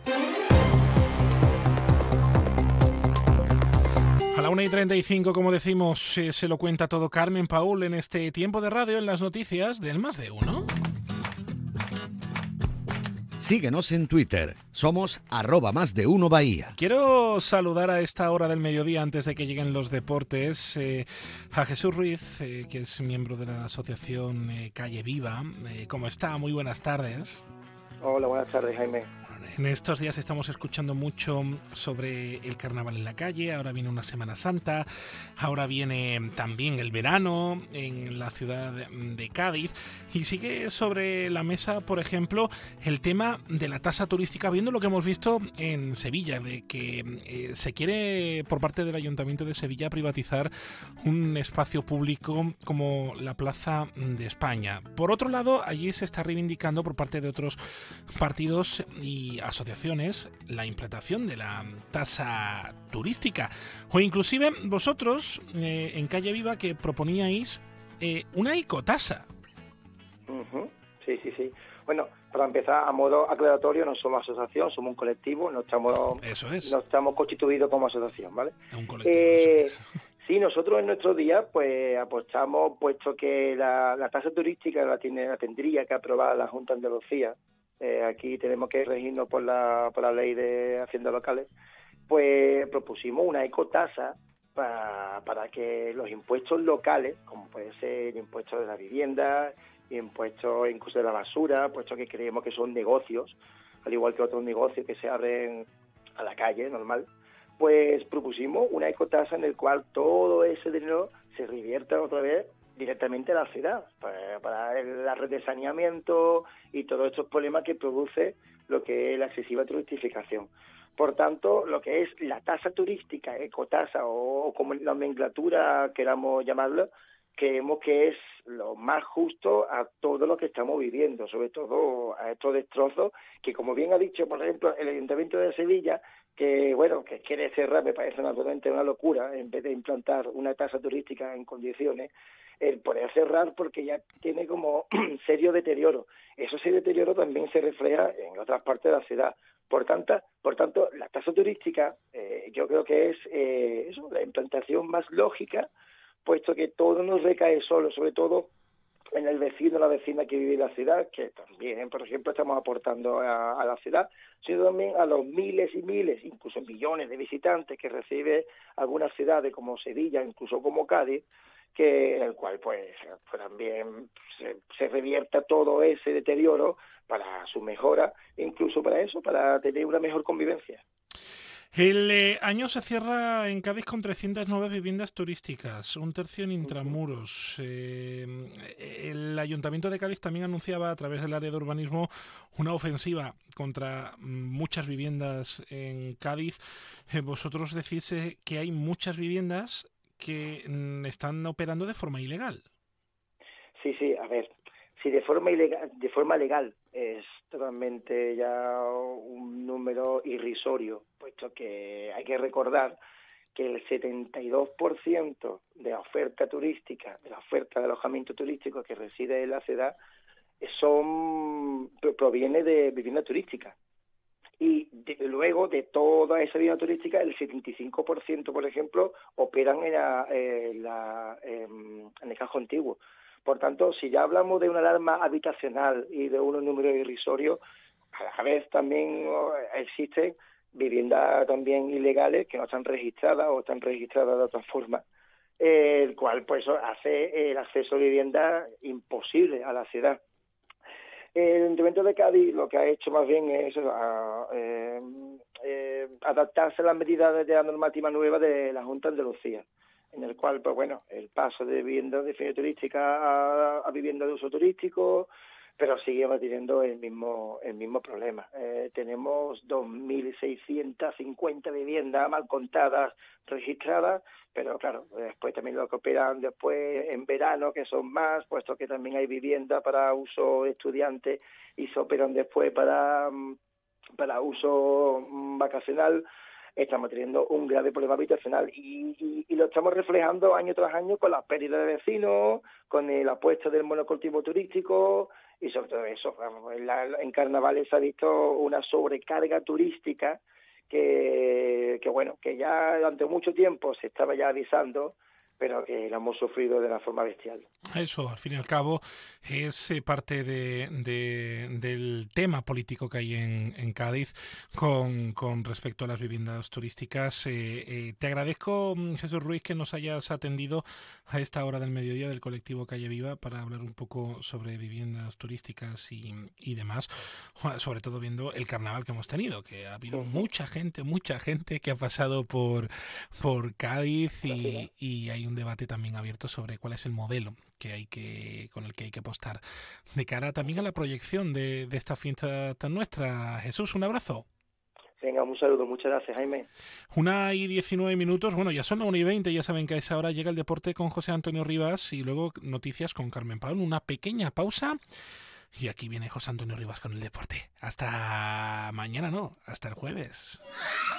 A la 1:35, como decimos, se lo cuenta todo Carmen Paul en este tiempo de radio en las noticias del Más de Uno. Síguenos en Twitter, somos @MásDeUnoBahía. Quiero saludar a esta hora del mediodía, antes de que lleguen los deportes, a Jesús Ruiz, que es miembro de la asociación Calle Viva. ¿Cómo está? Muy buenas tardes. Hola, buenas tardes, Jaime. En estos días estamos escuchando mucho sobre el carnaval en la calle, ahora viene una Semana Santa, ahora viene también el verano en la ciudad de Cádiz, y sigue sobre la mesa, por ejemplo, el tema de la tasa turística, viendo lo que hemos visto en Sevilla, de que se quiere por parte del Ayuntamiento de Sevilla privatizar un espacio público como la Plaza de España. Por otro lado, allí se está reivindicando por parte de otros partidos y asociaciones la implantación de la tasa turística, o inclusive vosotros en Calle Viva, que proponíais una ecotasa. Sí. Bueno, para empezar, a modo aclaratorio, no somos asociación, somos un colectivo, no estamos constituidos como asociación, ¿vale? Un colectivo, Sí, nosotros en nuestro día pues apostamos, puesto que la tasa turística la tendría que aprobar la Junta de Andalucía. Aquí tenemos que regirnos por la ley de haciendas locales, pues propusimos una ecotasa para que los impuestos locales, como puede ser el impuesto de la vivienda, impuestos incluso de la basura, puesto que creemos que son negocios, al igual que otros negocios que se abren a la calle, normal, pues propusimos una ecotasa en el cual todo ese dinero se revierta otra vez directamente a la ciudad, para la red de saneamiento y todos estos problemas que produce lo que es la excesiva turistificación. Por tanto, lo que es la tasa turística, ecotasa o como nomenclatura queramos llamarlo, creemos que es lo más justo a todo lo que estamos viviendo, sobre todo a estos destrozos que, como bien ha dicho, por ejemplo, el Ayuntamiento de Sevilla, que quiere cerrar, me parece naturalmente una locura, en vez de implantar una tasa turística en condiciones, el poder cerrar, porque ya tiene como serio deterioro. Eso serio deterioro también se refleja en otras partes de la ciudad. Por tanto, la tasa turística yo creo que es la implantación más lógica, puesto que todo nos recae sobre todo en el vecino o la vecina que vive en la ciudad, que también, por ejemplo, estamos aportando a la ciudad, sino también a los miles y miles, incluso millones de visitantes que recibe algunas ciudades como Sevilla, incluso como Cádiz, en el cual pues también se revierta todo ese deterioro para su mejora, incluso para eso, para tener una mejor convivencia. El año se cierra en Cádiz con 309 viviendas turísticas, un tercio en intramuros. El Ayuntamiento de Cádiz también anunciaba a través del área de urbanismo una ofensiva contra muchas viviendas en Cádiz. Vosotros decís que hay muchas viviendas que están operando de forma ilegal. Sí, a ver, si de forma legal es totalmente ya un número irrisorio, puesto que hay que recordar que el 72% de la oferta turística, de la oferta de alojamiento turístico que reside en la ciudad, proviene de vivienda turística. Y luego de toda esa vivienda turística, el 75%, por ejemplo, operan en el casco antiguo. Por tanto, si ya hablamos de una alarma habitacional y de unos números irrisorios, a la vez también existen viviendas también ilegales que no están registradas o están registradas de otra forma, el cual pues hace el acceso a vivienda imposible a la ciudad. El Ayuntamiento de Cádiz lo que ha hecho más bien es adaptarse a las medidas de la normativa nueva de la Junta de Andalucía, en el cual, pues bueno, el paso de vivienda de fin turística a vivienda de uso turístico, pero seguimos teniendo el mismo problema. Tenemos 2.650 viviendas mal contadas, registradas, pero claro, después también lo que operan después en verano, que son más, puesto que también hay vivienda para uso estudiante y se operan después para uso vacacional. Estamos teniendo un grave problema habitacional y lo estamos reflejando año tras año con las pérdidas de vecinos, con la apuesta del monocultivo turístico y sobre todo eso. En carnavales se ha visto una sobrecarga turística que ya durante mucho tiempo se estaba ya avisando, pero que lo hemos sufrido de una forma bestial. Eso, al fin y al cabo, es parte del tema político que hay en Cádiz con respecto a las viviendas turísticas. Te agradezco, Jesús Ruiz, que nos hayas atendido a esta hora del mediodía del colectivo Calle Viva para hablar un poco sobre viviendas turísticas y demás, sobre todo viendo el carnaval que hemos tenido, que ha habido mucha gente que ha pasado por Cádiz y hay un debate también abierto sobre cuál es el modelo con el que hay que apostar de cara también a la proyección de esta fiesta tan nuestra. Jesús, un abrazo. Venga, un saludo, muchas gracias, Jaime. 1:19, bueno, ya son las 1:20, ya saben que a esa hora llega el deporte con José Antonio Rivas y luego noticias con Carmen Pablo. Una pequeña pausa y aquí viene José Antonio Rivas con el deporte. Hasta mañana, hasta el jueves.